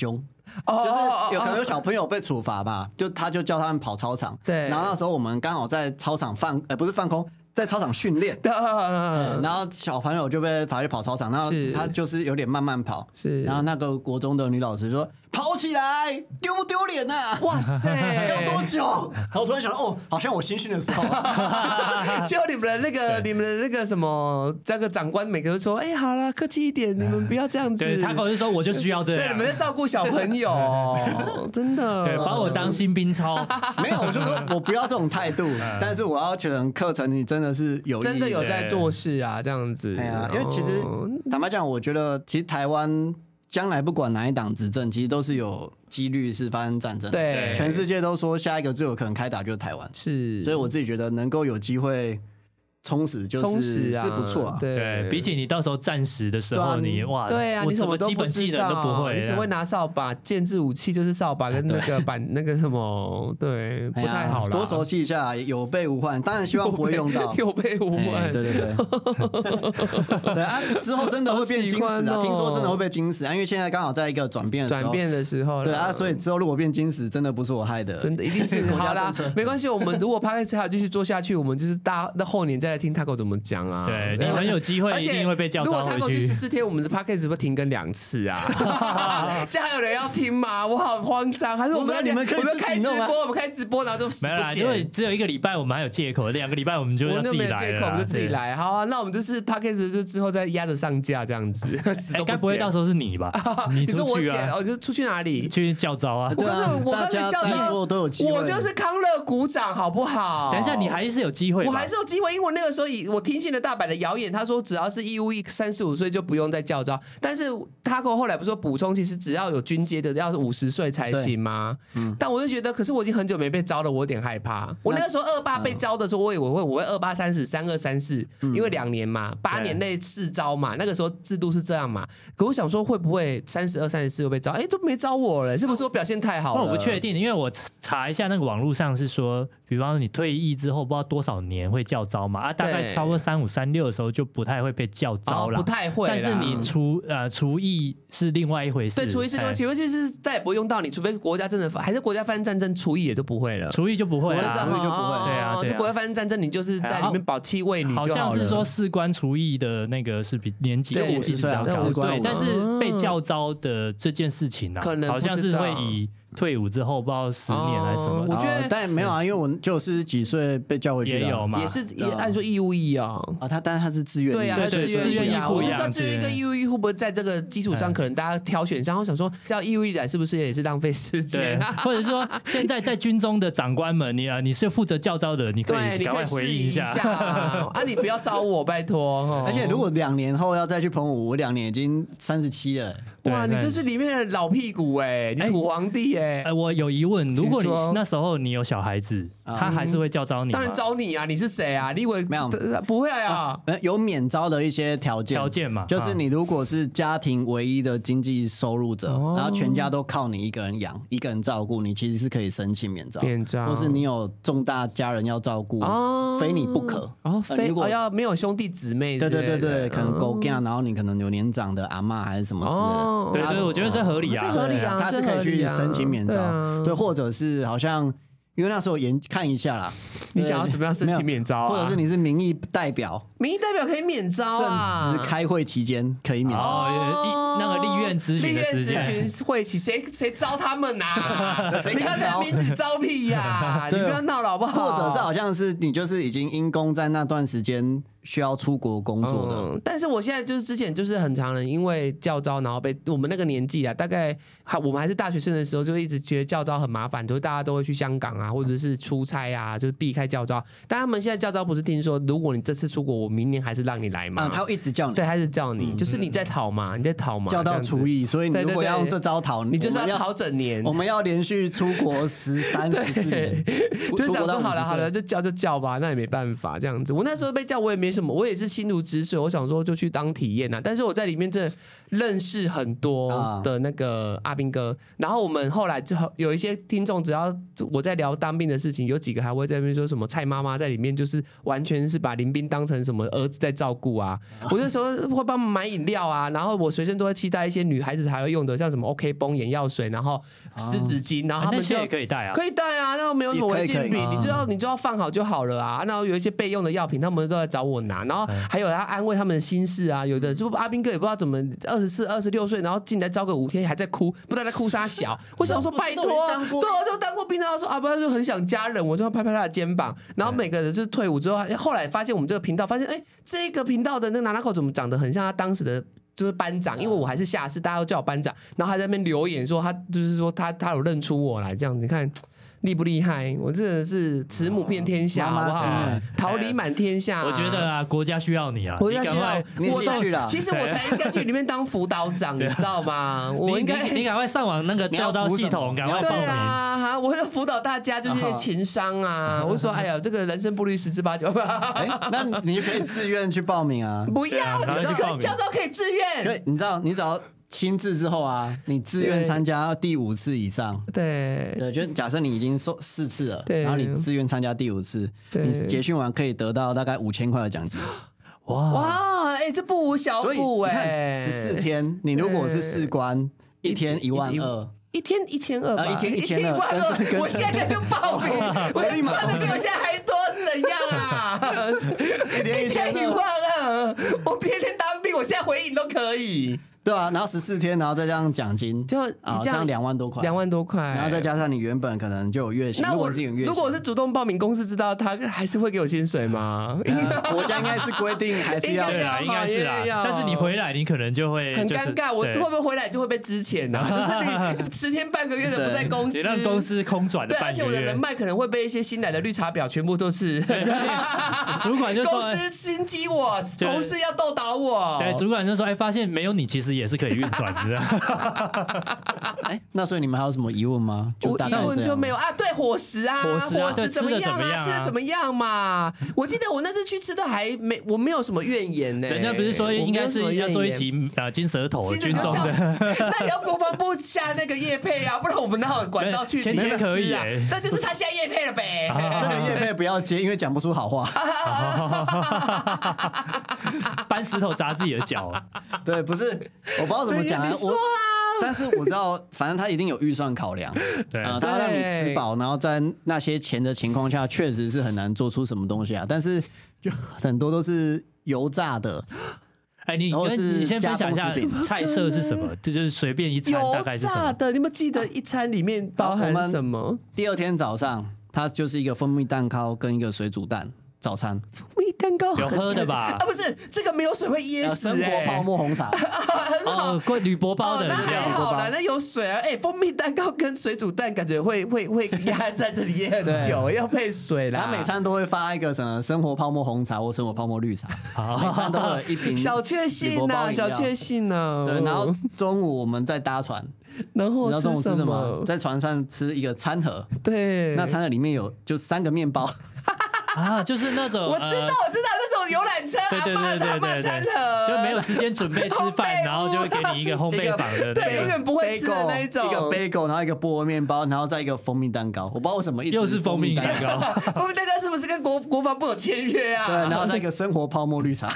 就是可能有小朋友被处罚嘛，他就叫他们跑操场， 对， 然后那时候我们刚好在操场不是放空。在操场训练，然后小朋友就被罚去跑操场，然后他就是有点慢慢跑，然后那个国中的女老师说：“跑起来，丢不丢脸呐？哇塞，要多久？”然后我突然想到，好像我新训的时候， 结果你们的那个什么，这个长官每个都说：“哎，好了，客气一点，你们不要这样子。” 对，他可是说我就需要这样， 对，你们在照顾小朋友，真的， 对，把我当新兵操， 没有，我就说我不要这种态度，但是我要求课程你真的是真的有在做事啊，这样子。 哎呀，因为其实坦白讲，我觉得其实台湾将来不管哪一党执政，其实都是有几率是发生战争。 对， 全世界都说下一个最有可能开打就是台湾， 是， 所以我自己觉得能够有机会。充实就是不错啊， 对，比起你到时候战时的时候，你哇， 对啊，你什么基本技能都不会， 你只会拿扫把，建制武器就是扫把跟那个板那个什么，对，不太好了。 多熟悉一下，有备无患，当然希望不会用到， 有备无患。 对，对啊，之后真的会变金石啊，听说真的会被金石啊，因为现在刚好在一个转变的时候，对啊，所以之后如果变金石，真的不是我害的， 真的一定是好啦，没关系，我们如果 Podcast 还继续做下去，我们就是那后年再来听 Taco 怎么讲啊？ 对，你很有机会一定会被叫召回去。 如果 Taco 去14天，我们的 Podcast 是不是停更2次啊？这样还有人要听吗？我好慌张，还是我们开直播，然后就死不剪？ 因为只有1个礼拜，我们还有借口，2个礼拜我们就要自己来了。 借口我们就自己来，好啊，那我们就是 Podcast 就之后再压着上架这样子。 该不会到时候是你吧？你出去啊？ 我就出去哪里？ 去教召啊？ 我跟你教召都有机会， 我就是康乐股长，好不好？ 等一下，你还是有机会， 我还是有机会，因为我那个时候我听信了大阪的谣言，他说只要是义务役35岁就不用再教召，但是Taco后来不是说补充，其实只要有军阶的要50岁才行吗？但我就觉得，可是我已经很久没被招了，我有点害怕。我那个时候28被招的时候，我以为我会28、30、32、34，因为2年嘛，8年内4招嘛，那个时候制度是这样嘛。可我想说，会不会32、34又被招？都没招我了，是不是我表现太好了？ 我不确定，因为我查一下那个网络上是说，比方说你退役之后不知道多少年会教招嘛，大概超过35、36的时候就不太会被教招了， 不太会。 但是你除役是另外一回事， 对，除役是另外，除役就是再也不用到你，除非国家真的还是国家发生战争，除役也就不会了， 除役就不会了， 除役就不会， 对啊， 就国家发生战争，你就是在里面保妻卫女就好了。 好像是说士官除役的那个是比年纪比较高，但是被教招的这件事情啊，好像是会以退伍之后不知道10年还是什么， 我觉得但没有啊，因为我就是几岁被叫回去的， 也有嘛， 也是按说义务役啊， 但是他是自愿役， 对啊，自愿役啊，我就知道自愿役跟义务役会不会在这个基础上，可能大家挑选上，我想说叫义务役来是不是也是浪费时间？ 或者说现在在军中的长官们，你是负责教招的，你可以赶快回应一下啊，你不要招我，拜托。 而且如果2年后要再去澎湖，我2年已经37了。 哇，你这是里面的老屁股哎，你土皇帝哎！ 我有疑问，如果你那时候你有小孩子，他还是会叫招你吗？ 当然招你啊！你是谁啊？你以为没有？ 不会啊， 有免招的一些条件嘛， 就是你如果是家庭唯一的经济收入者，然后全家都靠你一个人养、一个人照顾，你其实是可以申请免招，或是你有重大家人要照顾，非你不可。 如果要没有兄弟姊妹， 对，可能狗干，然后你可能有年长的阿嬷还是什么之类的。 对，我觉得这合理啊， 这合理啊， 他是可以去申请免招，对，或者是好像因为那时候看一下啦， 你想要怎么样申请免招啊？ 或者是你是民意代表， 民意代表可以免招啊， 正值开会期间可以免招， 那个立院咨询的时间， 立院咨询会期谁招他们啊？你看这个名字招屁呀！你不要闹了好不好？ 或者是好像是你就是已经因公在那段时间需要出国工作的， 但是我现在就是之前就是很常人因为教招，然后被我们那个年纪啊，大概我们还是大学生的时候，就一直觉得教招很麻烦，就是大家都会去香港啊，或者是出差啊，就是避开教招。但他们现在教招不是听说，如果你这次出国，我明年还是让你来嘛？ 他会一直叫你， 对，还是叫你，就是你在逃嘛，你在逃嘛， 叫到除役，所以你如果要用这招逃， 你就是要逃整年。 我们要连续出国13、14年， 就想说好了，就叫吧，那也没办法这样子。我那时候被叫，我也没什么，我也是心如止水，我想说就去当体验啊。但是我在里面真的认识很多的那个阿兵哥，然后我们后来就有一些听众，只要我在聊当兵的事情，有几个还会在那边说什么蔡妈妈在里面就是完全是把林兵当成什么么儿子在照顾啊。我那时候会帮忙买饮料啊，然后我随身都会期待一些女孩子才会用的，像什么 OK 绷、眼药水，然后湿纸巾，然后他们就也可以带啊， 可以带啊。然后没有什么违禁品，你就要放好就好了啊。然后有一些备用的药品，他们都在找我拿，然后还有要安慰他们的心事啊。有的就阿兵哥也不知道怎么24、26岁，然后进来招个5天还在哭，不知道在哭啥小。我想说拜托，对，我就当过兵，然后说啊，不然就很想家人，我就要拍拍他的肩膀。然后每个人就是退伍之后，后来发现我们这个频道，发现这个频道的那个拿拉口怎么长得很像他当时的。就是班长，因为我还是下士，大家都叫我班长，然后还在那边留言说他就是说他有认出我来，这样你看厉不厉害？我真的是慈母遍天下，好不好？桃李满天下。 我觉得啊，国家需要你啊， 国家需要我去了。 其实我才应该去里面当辅导长，你知道吗？我应该你赶快上网那个教招系统，赶快报名啊！我要辅导大家，就是情商啊。我说哎呀，这个人生不律10之8九。 那你可以自愿去报名啊。 不要，你教招可以自愿。 可以，你知道，你只要亲自之后啊，你自愿参加第5次以上， 对， 就假设你已经4次了，然后你自愿参加第5次，你结训完可以得到大概5000块的奖金。 哇，这不无小补 14天，你如果是士官，1天12000， 一天1200吧， 一天 1200，我现在就报名，我赚的比我现在还多，是怎样啊？一天12000，我天天当兵，我现在回应都可以。 对啊，然后14天，然后再加上奖金， 就这样2万多块 ，2万多块， 然后再加上你原本可能就有月薪。 那如果我是主动报名，公司知道他还是会给我薪水吗？ 国家应该是规定还是要， 对啊，应该是啦。但是你回来，你可能就会很尴尬，我会不会回来就会被支遣呢？就是你10天半个月的不在公司， 你让公司空转的半个月， 而且我的人脉可能会被一些新来的绿茶婊全部都是。 主管就说公司心机我，同事要斗倒我。 对，主管就说发现没有你，其实也是可以运转。 那所以你们还有什么疑问吗？ 疑问就没有啊。对，伙食啊，伙食怎么样啊？吃的怎么样嘛？我记得我那次去吃的我没有什么怨言呢。 人家不是说应该是要做一集金舌头军中的， 那你要国防部下那个业配啊，不然我们哪有管道去？ 前天可以啊， 那就是他下业配了呗。 这个业配不要接，因为讲不出好话。 搬石头砸自己的脚。 对，不是，我不知道怎么讲。 你说啊， 但是我知道，反正他一定有预算考量。 对， 他让你吃饱，然后在那些钱的情况下，确实是很难做出什么东西啊。但是就很多都是油炸的。 你先分享一下菜色是什么？就是随便一餐大概是什么？ 油炸的，你们记得一餐里面包含什么？ 第2天早上，它就是一个蜂蜜蛋糕跟一个水煮蛋。早餐蜂蜜蛋糕有喝的吧？ 不是，这个没有水会噎死。 生活泡沫红茶， 贵铝箔包的， 那还好啦，那有水啊。蜂蜜蛋糕跟水煮蛋感觉会压在这里噎很久，要配水啦。 他每餐都会发一个什么生活泡沫红茶或生活泡沫绿茶，每餐都有一瓶小确幸啊，小确幸啊。 对，然后中午我们再搭船。 然后你知道中午吃什么？在船上吃一个餐盒， 对， 那餐盒里面有就3个面包。 就是那种我知道那种游览车，对，餐盒就没有时间准备吃饭，然后就会给你一个烘焙坊的， 对，永远不会吃的那一种， 一个 bagel， 然后一个菠萝面包，然后再一个蜂蜜蛋糕。我不知道为什么又是蜂蜜蛋糕， 蜂蜜蛋糕是不是跟国防部有签约啊？ 对，然后再一个生活泡沫绿茶。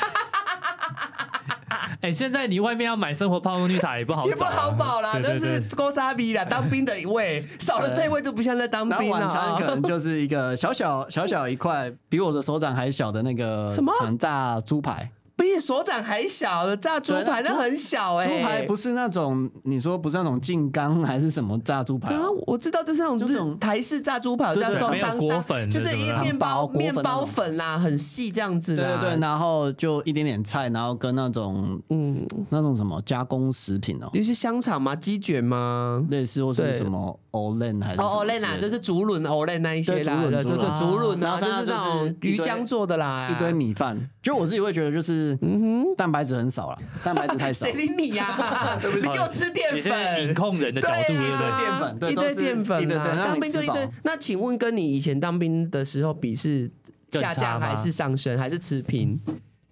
现在你外面要买生活泡沫绿茶也不好找， 也不好保啦，那是勾渣逼啦，当兵的一位，少了这一位就不像在当兵了。 晚餐可能就是一个小一块，比我的手掌还小的那个什么炸猪排。 比你手掌还小的炸猪排，那很小猪排不是那种你说不是那种静冈还是什么炸猪排？ 我知道就是那种台式炸猪排，叫双商粉， 就是面包粉啦，很细这样子的。 对，然后就一点点菜，然后跟那种那种什么加工食品哦， 有些香肠吗？鸡卷吗？ 类似或是什么 Olen 还是 Olen 啦，就是竹轮 Olen 那一些啦，对，竹轮啊，就是那种鱼浆做的啦， 一堆米饭。就我自己会觉得就是蛋白质很少啦，蛋白质太少。 谁理你呀？对不起，又吃淀粉， 饮控人的角度，对淀粉， 一堆淀粉啊，当兵就一堆。那请问跟你以前当兵的时候比是下降还是上升还是持平？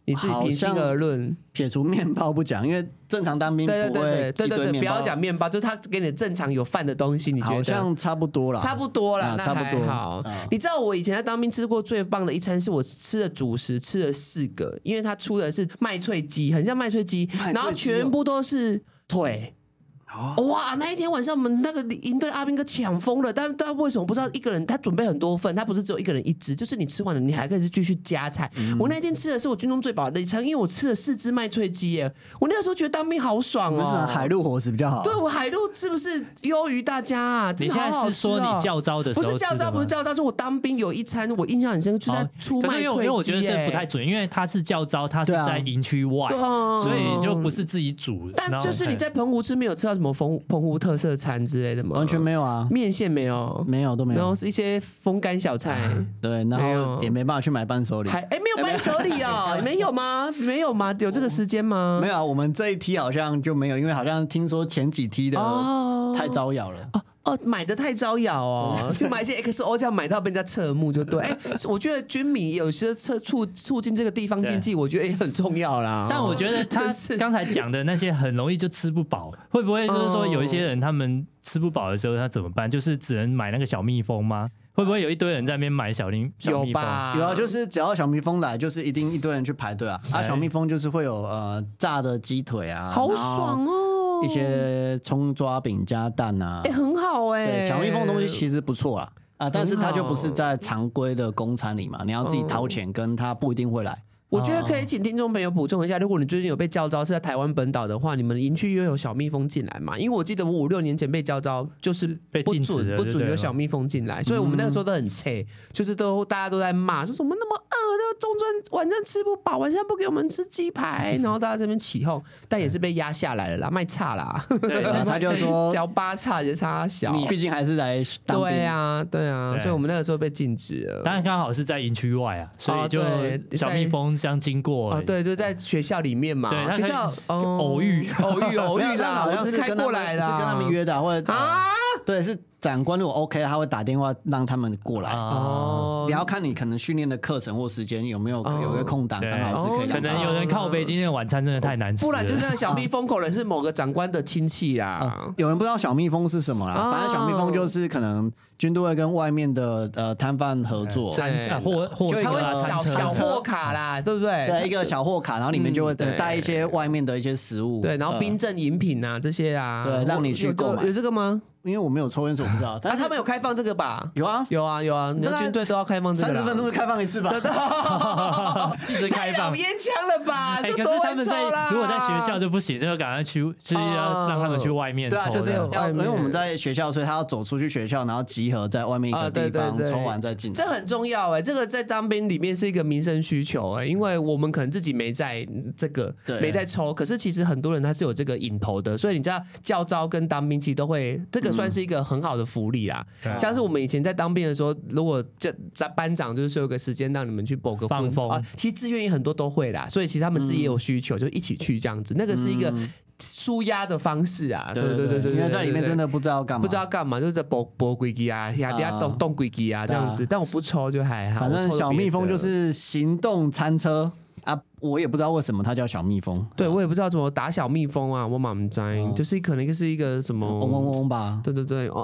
你自己平心而论， 撇除面包不讲，因为正常当兵不会对，不要讲面包，就是他给你正常有饭的东西，你觉得好像差不多啦， 差不多啦，那还好。你知道我以前在当兵吃过最棒的一餐，是我吃的主食吃了4个，因为他出的是麦脆鸡，很像麦脆鸡，然后全部都是腿。哇！那一天晚上我们那个营队阿兵哥抢疯了，但为什么不知道？一个人他准备很多份，他不是只有一个人一只，就是你吃完了，你还可以继续加菜。我那天吃的是我军中最饱的一餐，因为我吃了4只麦脆鸡耶！我那个时候觉得当兵好爽哦。 海陆伙食比较好。 对，我海陆是不是优于大家啊？ 你现在是说你教招的时候不是教招，不是教招，是我当兵有一餐我印象很深，就是在出麦脆鸡。 因为我觉得这不太准，因为他是教招，他是在营区外，所以就不是自己煮。 但就是你在澎湖吃没有吃到什么澎湖特色餐之类的吗？ 完全没有啊， 面线没有， 都没有， 然后是一些风干小菜， 对，然后也没办法去买伴手礼， 没有伴手礼哦，没有吗？没有吗？有这个时间吗？ 没有啊，我们这一梯好像就没有，因为好像听说前几梯的太招摇了。 买的太招摇哦，就买一些 XO 这样买到被人家侧目就对。我觉得军迷有些促进这个地方经济，我觉得也很重要啦。 但我觉得他刚才讲的那些很容易就吃不饱，会不会就是说有一些人他们吃不饱的时候他怎么办？就是只能买那个小蜜蜂吗？会不会有一堆人在那边买小蜜蜂？ 有吧？ 有啊，就是只要小蜜蜂来，就是一定一堆人去排队啊。小蜜蜂就是会有炸的鸡腿啊， 好爽哦。 一些葱抓饼加蛋啊， 很好对，小蜜蜂的东西其实不错啊，但是它就不是在常规的公餐里嘛，你要自己掏钱，跟它不一定会来。 我觉得可以请听众朋友补充一下，如果你最近有被教招是在台湾本岛的话，你们营区又有小蜜蜂进来嘛？因为我记得我5、6年前被教招就是不准有小蜜蜂进来，所以我们那个时候都很菜，就是大家都在骂，说什么那么饿，中专晚上吃不饱，晚上不给我们吃鸡排，然后大家这边起哄，但也是被压下来了啦，卖差啦。 对，他就说只要8差也差小， 你毕竟还是来当兵。 对啊，所以我们那个时候被禁止了。 当然刚好是在营区外啊，所以就小蜜蜂这样经过对，就在学校里面嘛，学校偶遇啦， 好像是开过来的，是跟他们约的，或者对，是长官如果 OK， 他会打电话让他们过来。你要看你可能训练的课程或时间有没有有一个空档，刚好是可以。 可能有人靠北，今天的晚餐真的太难吃了。 不然就那个小蜜蜂可能是某个长官的亲戚啦。 有人不知道小蜜蜂是什么啦，反正小蜜蜂就是可能军队会跟外面的摊贩合作， 他会小货卡啦，对不对？ 对，一个小货卡，然后里面就会带一些外面的一些食物， 对，然后冰镇饮品啊这些啊， 对，让你去购买。 有这个吗？ 因为我没有抽烟，所以我不知道。但他们有开放这个吧？ 有啊， 你的军队都要开放这个啦。 30分钟就开放一次吧？ 一直开放， 太烟枪了吧？ 可是他们如果在学校就不行，就要赶快去，是要让他们去外面抽。 对啊，就是因为我们在学校，所以他要走出去学校，然后集合在外面一个地方抽完再进。 这很重要这个在当兵里面是一个民生需求因为我们可能自己没在这个没在抽，可是其实很多人他是有这个瘾头的，所以你知道教招跟当兵其实都会这个算是一个很好的福利啦。像是我们以前在当兵的时候，如果在班长就是有个时间让你们去补个放风其实志愿役很多都会啦，所以其实他们自己也有需求，就一起去这样子，那个是一个舒压的方式啊。对， 因为在里面真的不知道干嘛， 就是在播规矩啊，下底下动规矩啊这样子。但我不抽就还好。 反正小蜜蜂就是行动餐车啊，我也不知道为什么它叫小蜜蜂。 对，我也不知道怎么打小蜜蜂啊，我满不知，就是可能是一个什么嗡嗡嗡吧。 对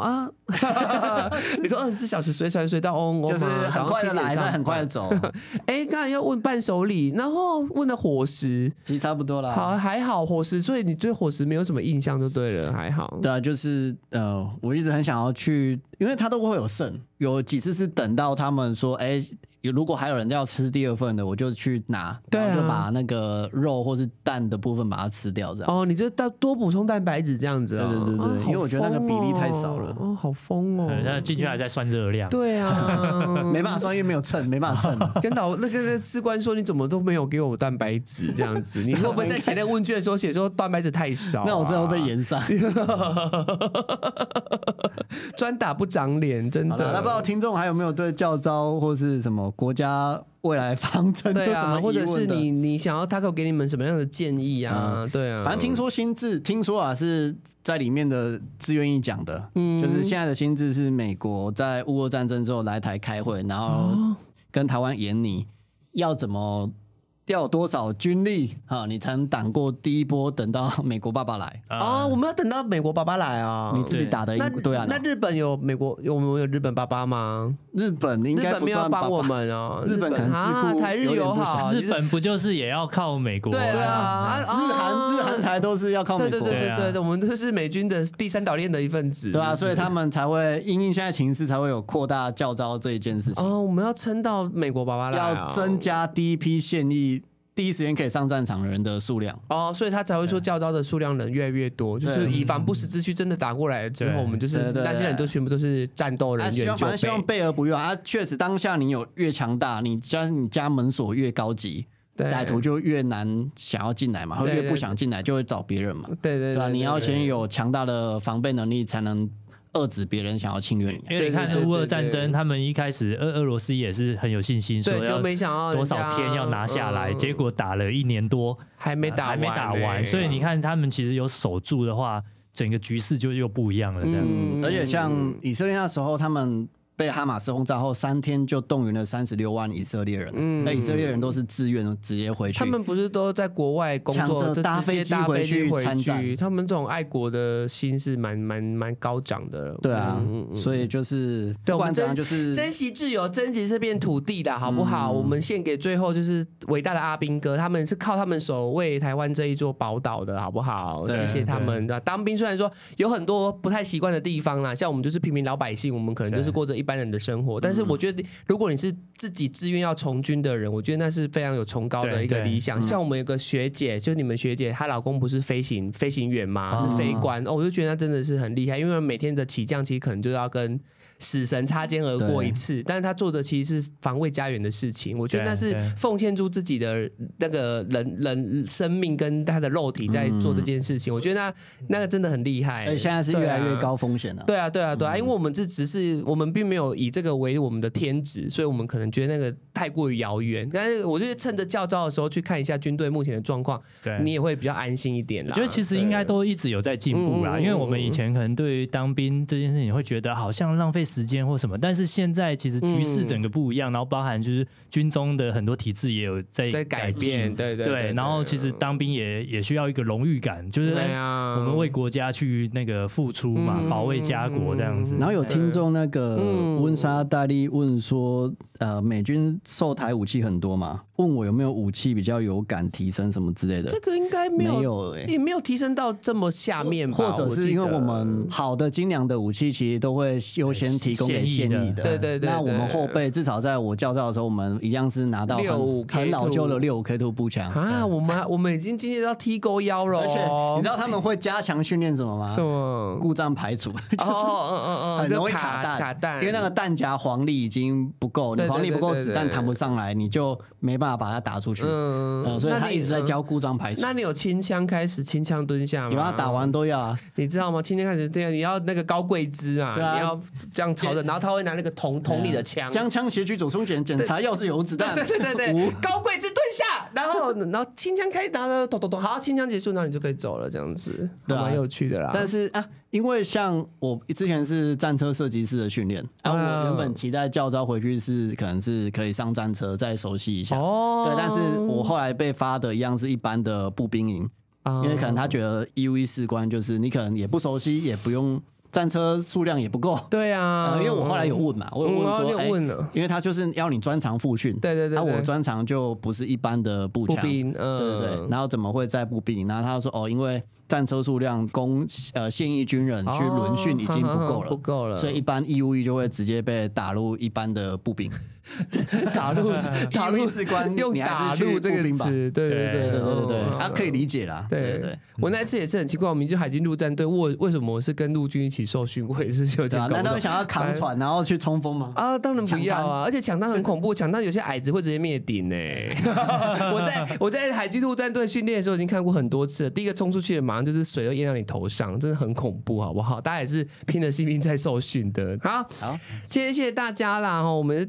你说24小时随传随到嗡嗡， 就是很快的来，但很快的走。 刚才要问伴手礼，然后问的伙食， 其实差不多啦。 好，还好伙食，所以你对伙食没有什么印象就对了，还好。 对啊，就是我一直很想要去，因为它都会有剩，有几次是等到他们说，如果还有人要吃第2份的，我就去拿，然后就把那个肉或是蛋的部分把它吃掉，这样。 你就多补充蛋白质这样子对，因为我觉得那个比例太少了。 好疯哦！ 那进去还在算热量。 对啊， 没办法算，因为没有称，没办法称。 跟那个士官说，你怎么都没有给我蛋白质这样子？你会不会在写那个问卷的时候写说蛋白质太少？ 那我真的会被延上。 专打不长脸，真的。 那不知道听众还有没有对教召或是什么国家未来方针有什么疑问的？ 或者是你想要他给你们什么样的建议啊？对啊， 反正听说新制，听说是在里面的志愿役讲的，就是现在的新制是美国在乌俄战争之后来台开会，然后跟台湾研拟要怎么要有多少军力你才能挡过第一波，等到美国爸爸来我们要等到美国爸爸来啊！ 你自己打的对啊。 那日本有我们有日本爸爸吗？ 日本应该不没有帮我们哦。 日本可能自顾台日友好， 日本不就是也要靠美国？ 对啊， 日韩台都是要靠美国。 对，我们都是美军的第三岛链的一份子。 对啊，所以他们才会因应现在情势，才会有扩大教召这一件事情。 我们要撑到美国爸爸来， 要增加第一批现役第一时间可以上战场的人的数量所以他才会说教召的数量人越来越多，就是以防不时之需真的打过来之后，我们就是那些人都全部都是战斗人员， 反正希望备而不用确实当下你有越强大，你家门锁越高级，歹徒就越难想要进来嘛，会越不想进来，就会找别人嘛。对吧？你要先有强大的防备能力，才能遏制别人想要侵略你。 因为你看乌俄战争，他们一开始俄罗斯也是很有信心，说就没想到多少天要拿下来，结果打了1年多还没打完， 所以你看他们其实有守住的话，整个局势就又不一样了。这样， 而且像以色列那时候，他们被哈马斯轰炸后3天就动员了36万以色列人，那以色列人都是自愿直接回去。 他们不是都在国外工作，就搭飞机回去参战。 他们这种爱国的心是蛮高涨的。 对啊，所以就是不管怎样，就是珍惜自由，珍惜这片土地的好不好？我们献给最后就是伟大的阿兵哥，他们是靠他们守卫台湾这一座宝岛的好不好？谢谢他们。当兵虽然说有很多不太习惯的地方啦，像我们就是平民老百姓，我们可能就是过着一般人的生活，但是我觉得如果你是自己自愿要从军的人，我觉得那是非常有崇高的一个理想。像我们有个学姐，就是你们学姐，她老公不是飞行员吗？是飞官我就觉得那真的是很厉害，因为每天的起降其实可能就要跟死神擦肩而过一次，但是他做的其实是防卫家园的事情，我觉得那是奉献出自己的那个人生命跟他的肉体在做这件事情，我觉得那个真的很厉害。 而且现在是越来越高风险了。 对啊，因为我们我们并没有以这个为我们的天职，所以我们可能觉得那个太过于遥远。但是我觉得趁着教召的时候去看一下军队目前的状况，你也会比较安心一点啦。 我觉得其实应该都一直有在进步啦，因为我们以前可能对于当兵这件事情会觉得好像浪费时间或什么，但是现在其实局势整个不一样，然后包含就是军中的很多体制也有在改变，对，然后其实当兵也需要一个荣誉感，就是我们为国家去那个付出嘛，保卫家国这样子。 然后有听众那个温莎大力问说，美军售台武器很多嘛？问我有没有武器比较有感提升什么之类的。 这个应该没有也没有提升到这么下面吧？ 或者是因为我们好的精良的武器其实都会优先提供给现役的， 对。 那我们后备至少在我教召的时候，我们一样是拿到很老旧的65K2步枪啊。我们已经进阶到T勾腰了， 而且你知道他们会加强训练什么吗？ 什么故障排除，很容易卡弹，因为那个弹夹黄力已经不够，你黄力不够，子弹弹不上来，你就没办法把它打出去。所以他一直在教故障排除。 那你有清枪开始清枪蹲下吗？ 有啊，打完都要啊。 你知道吗？清枪开始这样，你要那个高跪姿啊，你要这样朝着，然后他会拿那个桶里的枪， 将枪斜举左中检，检查钥匙有无子弹。 对，高跪姿蹲下，然后清枪开，然后咚，好，清枪结束，然后你就可以走了，这样子，蛮有趣的啦。 但是因为像我之前是战车射击师的训练，我原本期待教召回去是可能是可以上战车再熟悉一下，对，但是我后来被发的一样是一般的步兵营，因为可能他觉得义务役士官就是你可能也不熟悉，也不用。战车数量也不够， 对啊， 因为我后来有问嘛，我有问说，因为他就是要你专长复训， 对， 我专长就不是一般的步枪，对，然后怎么会在步兵？然后他说因为战车数量供现役军人去轮训已经不够了，所以一般义务役就会直接被打入一般的步兵。 打入士官用打入这个词，对， 可以理解啦。对， 我那一次也是很奇怪，我们就海军陆战队，为什么我是跟陆军一起受训？我也是有点搞不懂。 难道想要扛船然后去冲锋吗？ 当然不要啊！而且抢滩很恐怖，抢滩有些矮子会直接灭顶呢。我在海军陆战队训练的时候已经看过很多次了。第一个冲出去的马上就是水都淹到你头上，真的很恐怖，好不好？大家也是拼了性命在受训的。好，谢谢大家啦！我们是听了一个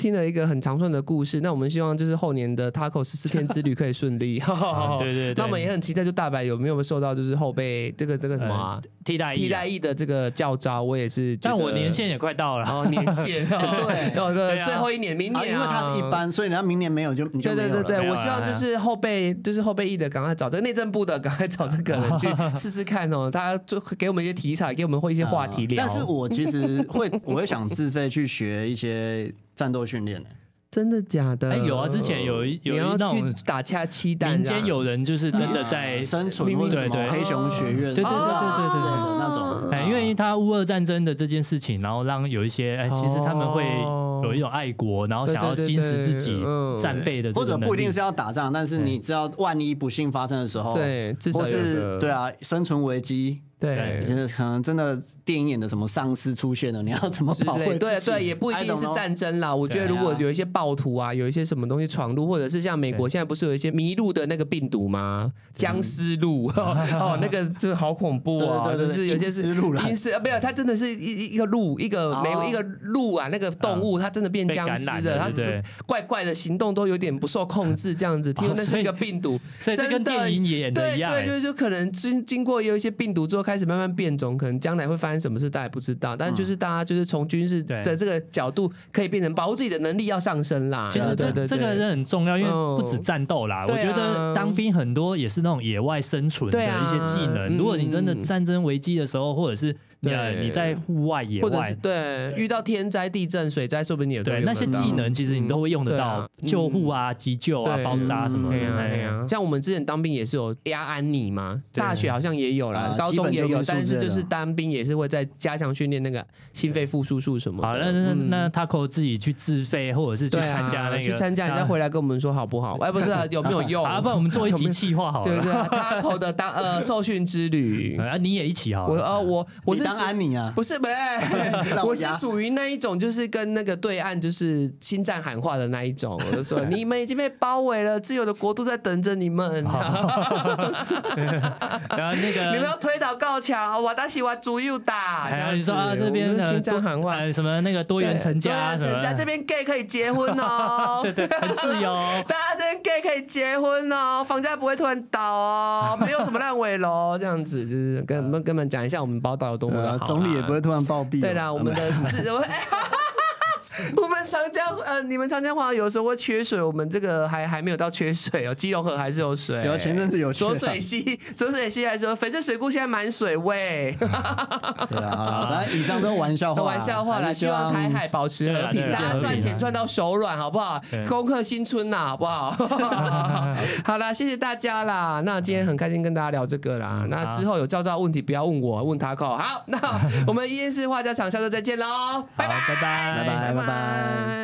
很长串的故事。那我们希望就是后年的 Taco 14天之旅可以顺利。 对。 那我们也很期待，就大白有没有受到就是后备这个什么替代役的这个教召，我也是。 但我年限也快到了， 年限对，最后一年，明年因为它是一般，所以你明年没有就你就没有了。 对，我希望就是后备役的赶快找这个内政部的赶快找这个人去试试看哦，他就给我们一些题材，给我们一些话题聊。 但是我其实我会想自费去学一些战斗训练。 真的假的？ 有啊，之前有你要去打掐气弹， 民间有人就是真的在生存或者什么黑熊学院， 对那种。 因为他乌俄战争的这件事情，然后让有一些其实他们会有一种爱国，然后想要矜持自己战备的， 或者不一定是要打仗，但是你知道万一不幸发生的时候， 对， 或是对啊，生存危机。 对， 可能真的电影演的什么丧尸出现了，你要怎么保护自己？ 对，也不一定是战争啦。我觉得如果有一些暴徒啊，有一些什么东西闯入，或者是像美国现在不是有一些迷路的那个病毒吗？僵尸路那个就好恐怖啊！就是有些是阴尸没有，它真的是一个鹿，一个鹿啊，那个动物它真的变僵尸的，它怪怪的行动都有点不受控制，这样子。听说那是一个病毒， 所以这跟电影演的一样。 对，就可能经过有一些病毒之后。开始慢慢变种，可能将来会发生什么事，大家也不知道。但就是大家就是从军事的这个角度，可以变成保护自己的能力要上升啦。 其实这个是很重要，因为不止战斗啦，我觉得当兵很多也是那种野外生存的一些技能。如果你真的战争危机的时候，或者是你在户外野外， 或者是对遇到天灾、地震、水灾，说不定也对那些技能，其实你都会用得到，救护啊、急救啊、包扎什么的。 像我们之前当兵也是有压安妮嘛，大学好像也有啦，高中也有，但是就是当兵也是会在加强训练那个心肺复苏术什么的。 好，那Taco自己去自费，或者是去参加那个， 去参加，人家回来跟我们说好不好？不是有没有用？ 好，不然我们做一集企划好了， 对Taco 的受训之旅， 你也一起好了。 我是当安妮啊， 不是，我是属于那一种，就是跟那个对岸就是心战喊话的那一种。我就说你们已经被包围了，自由的国度在等着你们。然后那个你们要推倒高墙，我达西瓦主右打。 然后你说这边的心战喊话， 什么那个多元成家， 这边 gay 可以结婚哦， 对，很自由。 大家这边 gay 可以结婚哦，房价不会突然倒哦，没有什么烂尾楼，这样子就是跟你们讲一下我们宝岛有多么的好。 总理也不会突然暴毙。 对啦，我们的我们长江你们长江黄有时候会缺水，我们这个还没有到缺水哦，基隆河还是有水。 有前阵子有浊水溪还说翡翠水库现在满水位。 对啊，好了，以上都是玩笑话啦，希望台海保持和平，大家赚钱赚到手软，好不好？攻克新村啦，好不好？好啦，谢谢大家啦。那今天很开心跟大家聊这个啦。那之后有教招问题不要问我，问Taco。好，那我们114话家常下周再见喽，拜拜。 拜拜。